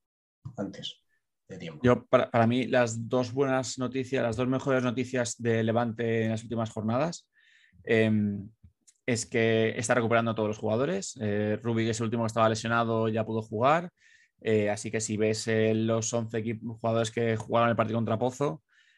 de tiempo. Para mí, las dos buenas noticias, las dos mejores noticias de Levante en las últimas jornadas, es que está recuperando a todos los jugadores. Rubik, es el último que estaba lesionado, ya pudo jugar. Así que si ves los 11 jugadores que jugaron el partido contra Pozo,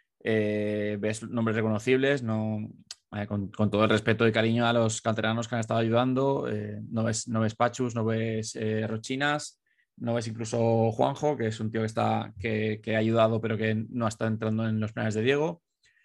ves nombres reconocibles, con todo el respeto y cariño a los canteranos que han estado ayudando. No ves Pachus, no ves Rochinas, no ves incluso Juanjo, que es un tío que ha ayudado pero que no está entrando en los planes de Diego.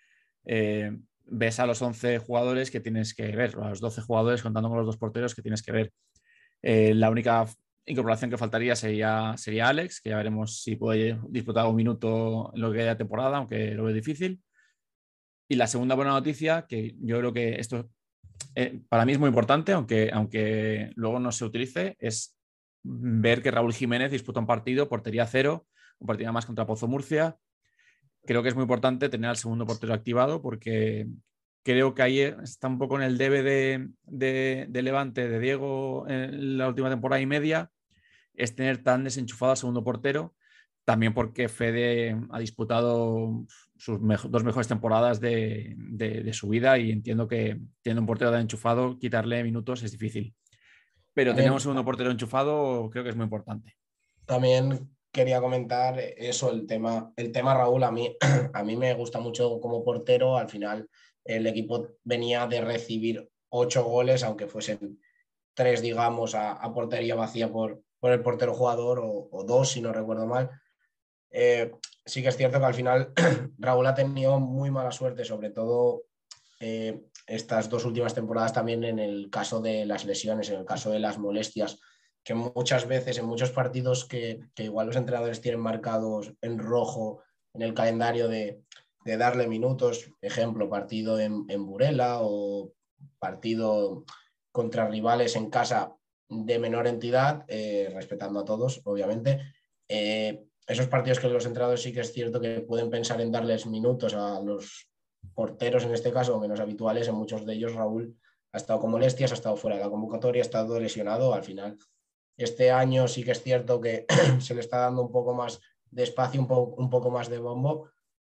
Ves a los 11 jugadores que tienes que ver, a los 12 jugadores contando con los 2 porteros que tienes que ver. La única incorporación que faltaría sería Alex, que ya veremos si puede disputar un minuto en lo que queda de temporada, aunque lo veo difícil. Y la segunda buena noticia, que yo creo que esto para mí es muy importante, aunque luego no se utilice, es ver que Raúl Jiménez disputa un partido, portería 0, un partido más contra Pozo Murcia. Creo que es muy importante tener al segundo portero activado, porque creo que ahí está un poco en el debe de Levante, de Diego, en la última temporada y media, es tener tan desenchufado al segundo portero, también porque Fede ha disputado sus 2 mejores temporadas de su vida, y entiendo que teniendo un portero tan enchufado, quitarle minutos es difícil. Pero tener un segundo portero enchufado creo que es muy importante. También quería comentar eso, el tema Raúl, a mí me gusta mucho como portero. Al final el equipo venía de recibir 8 goles, aunque fuesen 3, digamos, a portería vacía por el portero jugador, o 2, si no recuerdo mal. Sí que es cierto que al final Raúl ha tenido muy mala suerte, sobre todo estas 2 últimas temporadas, también en el caso de las lesiones, en el caso de las molestias, que muchas veces en muchos partidos que igual los entrenadores tienen marcados en rojo en el calendario de darle minutos, ejemplo, partido en Burela o partido contra rivales en casa de menor entidad, respetando a todos, obviamente. Esos partidos que los entrenadores sí que es cierto que pueden pensar en darles minutos a los porteros, en este caso, menos habituales. En muchos de ellos Raúl ha estado con molestias, ha estado fuera de la convocatoria, ha estado lesionado. Al final, este año sí que es cierto que se le está dando un poco más de espacio, un poco más de bombo,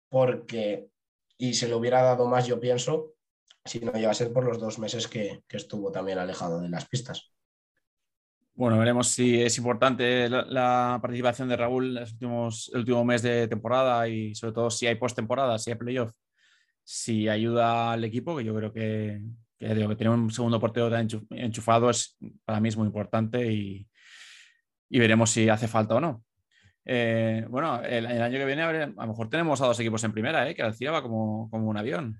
y se le hubiera dado más, yo pienso, si no llega a ser por los 2 meses que estuvo también alejado de las pistas. Bueno, veremos si es importante la participación de Raúl el último mes de temporada, y sobre todo si hay postemporada, si hay playoff, si ayuda al equipo, que yo creo que tener un segundo portero tan enchufado para mí es muy importante, y veremos si hace falta o no. Bueno, el año que viene a lo mejor tenemos a 2 equipos en primera, que Alcira va como un avión.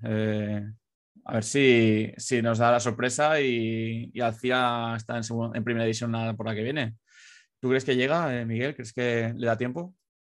A ver si nos da la sorpresa y Alcira está en primera división la temporada que viene. ¿Tú crees que llega, Miguel? ¿Crees que le da tiempo?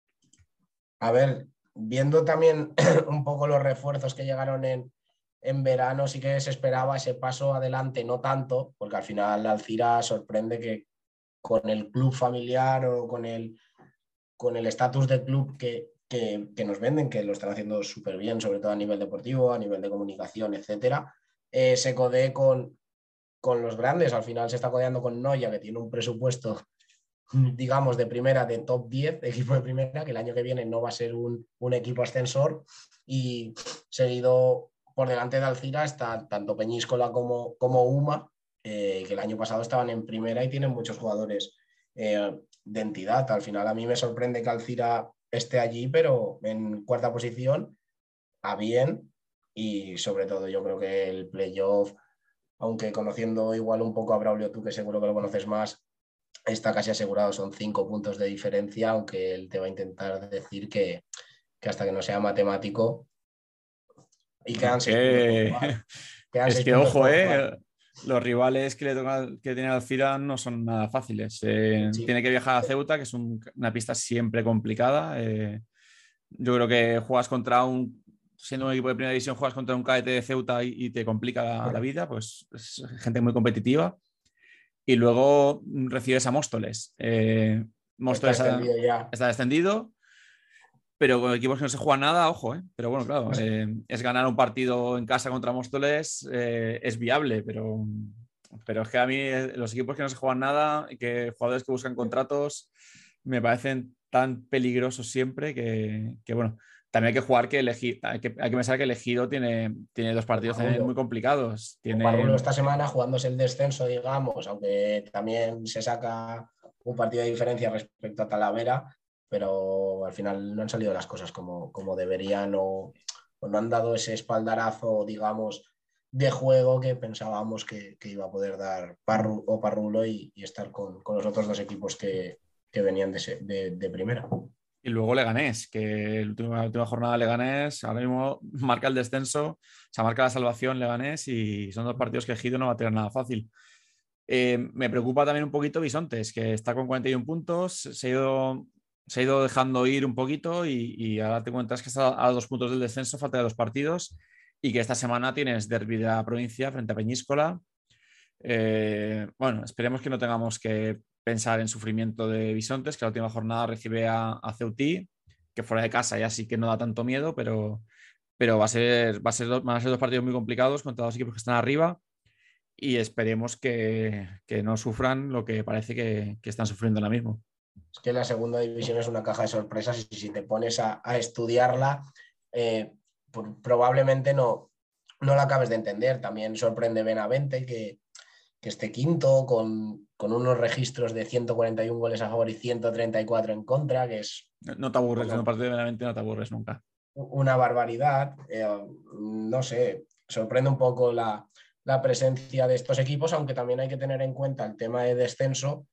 A ver, viendo también un poco los refuerzos que llegaron en verano, sí que se esperaba ese paso adelante, no tanto, porque al final Alcira sorprende que con el club familiar o con el estatus de club que nos venden, que lo están haciendo súper bien, sobre todo a nivel deportivo, a nivel de comunicación, etcétera, se codee con los grandes. Al final se está codeando con Noya, que tiene un presupuesto, digamos, de primera, de top 10, de equipo de primera, que el año que viene no va a ser un equipo ascensor, y seguido por delante de Alcira está tanto Peñíscola como Uma, que el año pasado estaban en primera y tienen muchos jugadores de entidad. Al final a mí me sorprende que Alcira esté allí, pero en cuarta posición, a bien, y sobre todo yo creo que el playoff, aunque conociendo igual un poco a Braulio, tú que seguro que lo conoces más, está casi asegurado, son 5 puntos de diferencia, aunque él te va a intentar decir que hasta que no sea matemático, y quedan 6 puntos por jugar. Es que, ojo, los rivales que tiene Alcira no son nada fáciles. Sí. Tiene que viajar a Ceuta, que es una pista siempre complicada. Yo creo que juegas siendo un equipo de primera división, juegas contra un cadete de Ceuta y te complica la vida, pues es gente muy competitiva. Y luego recibes a Móstoles. Móstoles está descendido, pero con equipos que no se juegan nada, ojo, Pero bueno, claro, es ganar un partido en casa contra Móstoles, es viable, pero es que a mí los equipos que no se juegan nada y que jugadores que buscan contratos me parecen tan peligrosos siempre que bueno, también hay que jugar hay que pensar que el Ejido tiene 2 partidos también muy complicados. Parrulo esta semana jugándose el descenso, digamos, aunque también se saca un partido de diferencia respecto a Talavera, pero al final no han salido las cosas como deberían, o no han dado ese espaldarazo, digamos, de juego que pensábamos que iba a poder dar Parrulo y estar con los otros 2 equipos que venían de primera. Y luego Leganés, que la última jornada Leganés ahora mismo marca el descenso, se marca la salvación Leganés, y son 2 partidos que Ejido no va a tener nada fácil. Me preocupa también un poquito Bisontes, que está con 41 puntos, se ha ido dejando ir un poquito y ahora te cuentas que está a 2 puntos del descenso, falta de 2 partidos, y que esta semana tienes derbi de la provincia frente a Peñíscola. Bueno, esperemos que no tengamos que pensar en sufrimiento de Bisontes, que la última jornada recibe a Ceutí, que fuera de casa ya sí que no da tanto miedo, pero van a ser 2 partidos muy complicados contra 2 equipos que están arriba, y esperemos que no sufran lo que parece que están sufriendo ahora mismo. Es que la segunda división es una caja de sorpresas, y si te pones a estudiarla, probablemente no la acabes de entender. También sorprende Benavente, que esté quinto con unos registros de 141 goles a favor y 134 en contra, que es... No te aburres, en un partido de Benavente no te aburres nunca. Una barbaridad. No sé, sorprende un poco la presencia de estos equipos, aunque también hay que tener en cuenta el tema de descenso.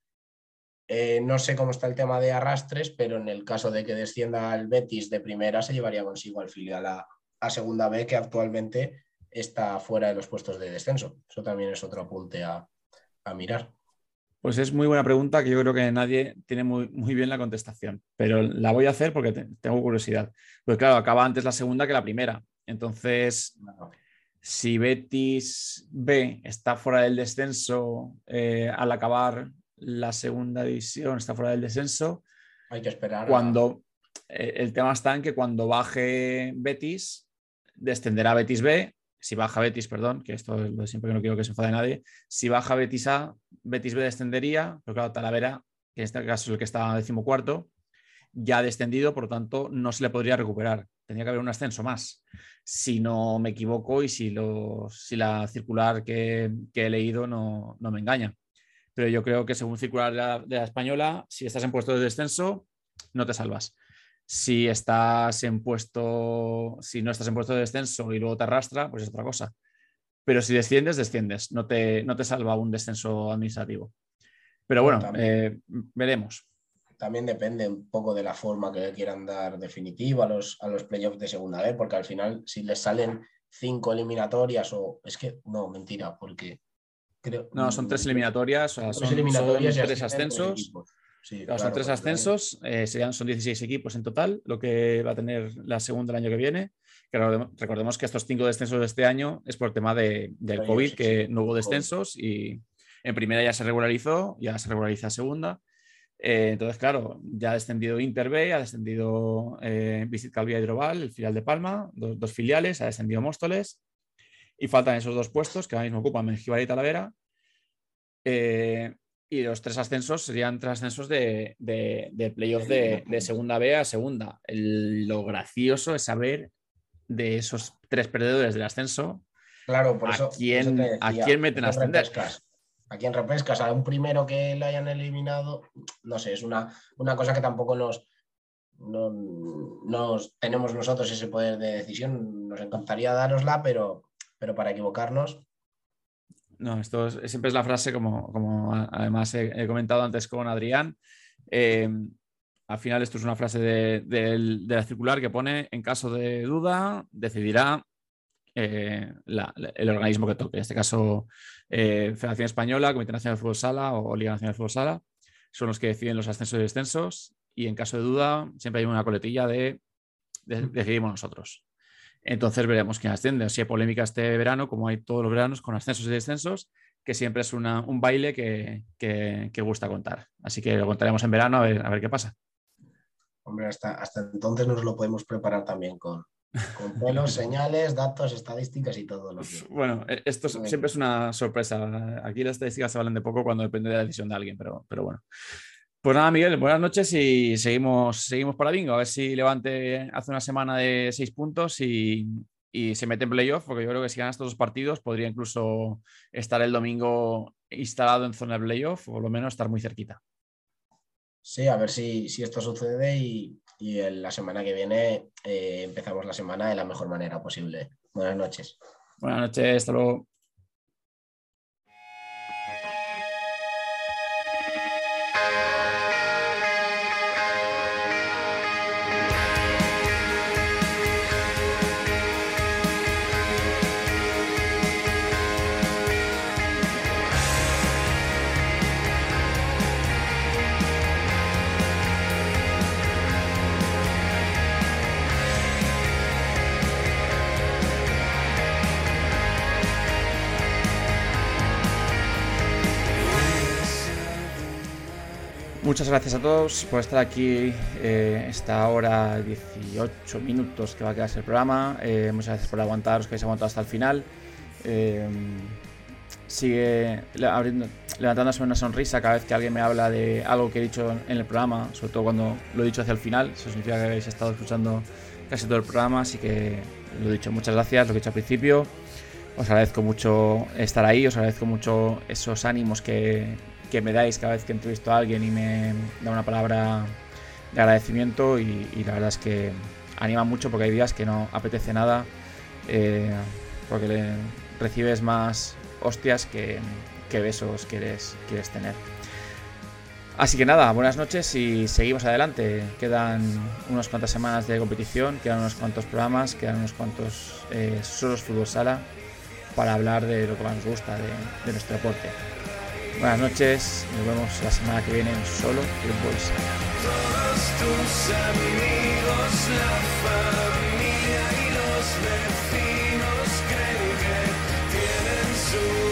No sé cómo está el tema de arrastres, pero en el caso de que descienda el Betis de primera, se llevaría consigo al filial a segunda B, que actualmente está fuera de los puestos de descenso. Eso también es otro apunte a mirar. Pues es muy buena pregunta, que yo creo que nadie tiene muy bien la contestación, pero la voy a hacer porque tengo curiosidad. Pues claro, acaba antes la segunda que la primera. Entonces, si Betis B está fuera del descenso al acabar la segunda división, está fuera del descenso, hay que esperar. El tema está en que cuando baje Betis, descenderá Betis B. Si baja Betis, perdón, que esto es lo de siempre, que no quiero que se enfade nadie. Si baja Betis A, Betis B descendería, pero claro, Talavera, que en este caso es el que está 14º, ya ha descendido, por lo tanto no se le podría recuperar. Tendría que haber un ascenso más, si no me equivoco, y si la circular que he leído no me engaña. Pero yo creo que según circular de la española, si estás en puesto de descenso, no te salvas. Si no estás en puesto de descenso y luego te arrastra, pues es otra cosa. Pero si desciendes, no te salva un descenso administrativo. Pero bueno, veremos. también depende un poco de la forma que le quieran dar definitiva a los playoffs de segunda B, porque al final si les salen 5 eliminatorias o... Es que, no, mentira, porque... Creo, No, son 3 eliminatorias, o sea, son 3 ascensos. Sí, claro, son 3 ascensos, son 16 equipos en total, lo que va a tener la segunda el año que viene. Claro, recordemos que estos 5 descensos de este año es por el tema del COVID, que no hubo descensos y en primera ya se regulariza segunda. Entonces, claro, ya ha descendido Inter B, ha descendido Visit Calvía Hidroval, el filial de Palma, dos filiales, ha descendido Móstoles y faltan esos 2 puestos que ahora mismo ocupan Mengíbar y Talavera. Y los 3 ascensos serían 3 ascensos de playoff de segunda B a segunda. Lo gracioso es saber de esos 3 perdedores del ascenso, claro, por eso, ¿a quién meten a ascender? ¿A quién repescas? ¿A un primero que le hayan eliminado? No sé, es una cosa que tampoco nos tenemos nosotros ese poder de decisión. Nos encantaría darosla, pero para equivocarnos. No, esto siempre es la frase, como además he comentado antes con Adrián. Al final esto es una frase de la circular que pone: en caso de duda, decidirá el organismo que toque. En este caso, Federación Española, Comité Nacional de Fútbol Sala o Liga Nacional de Fútbol Sala son los que deciden los ascensos y descensos, y en caso de duda siempre hay una coletilla de decidimos nosotros. Entonces veremos quién asciende. Si hay polémica este verano, como hay todos los veranos con ascensos y descensos, que siempre es un baile que gusta contar. Así que lo contaremos en verano a ver qué pasa. Hombre, hasta entonces nos lo podemos preparar también con pelos, señales, datos, estadísticas y todo lo que... Bueno, esto siempre es una sorpresa. Aquí las estadísticas se valen de poco cuando depende de la decisión de alguien, pero bueno. Pues nada, Miguel, buenas noches y seguimos para bingo. A ver si Levante hace una semana de 6 puntos y se mete en playoff, porque yo creo que si gana estos 2 partidos podría incluso estar el domingo instalado en zona de playoff o por lo menos estar muy cerquita. Sí, a ver si esto sucede y la semana que viene empezamos la semana de la mejor manera posible. Buenas noches. Buenas noches, hasta luego. Muchas gracias a todos por estar aquí esta hora 18 minutos que va a quedarse el programa. Muchas gracias por aguantaros, que habéis aguantado hasta el final. Sigue levantándose una sonrisa cada vez que alguien me habla de algo que he dicho en el programa, sobre todo cuando lo he dicho hacia el final. Eso significa que habéis estado escuchando casi todo el programa, así que lo he dicho, muchas gracias, lo que he dicho al principio. Os agradezco mucho estar ahí, os agradezco mucho esos ánimos que me dais cada vez que entrevisto a alguien y me da una palabra de agradecimiento y la verdad es que anima mucho, porque hay días que no apetece nada, porque recibes más hostias que besos quieres tener. Así que nada, buenas noches y seguimos adelante. Quedan unas cuantas semanas de competición, quedan unos cuantos programas, quedan unos cuantos solos fútbol sala para hablar de lo que más nos gusta de nuestro deporte. Buenas noches, nos vemos la semana que viene en Solo Fútbol Sala. Todos tus amigos, la familia y los vecinos creen que tienen su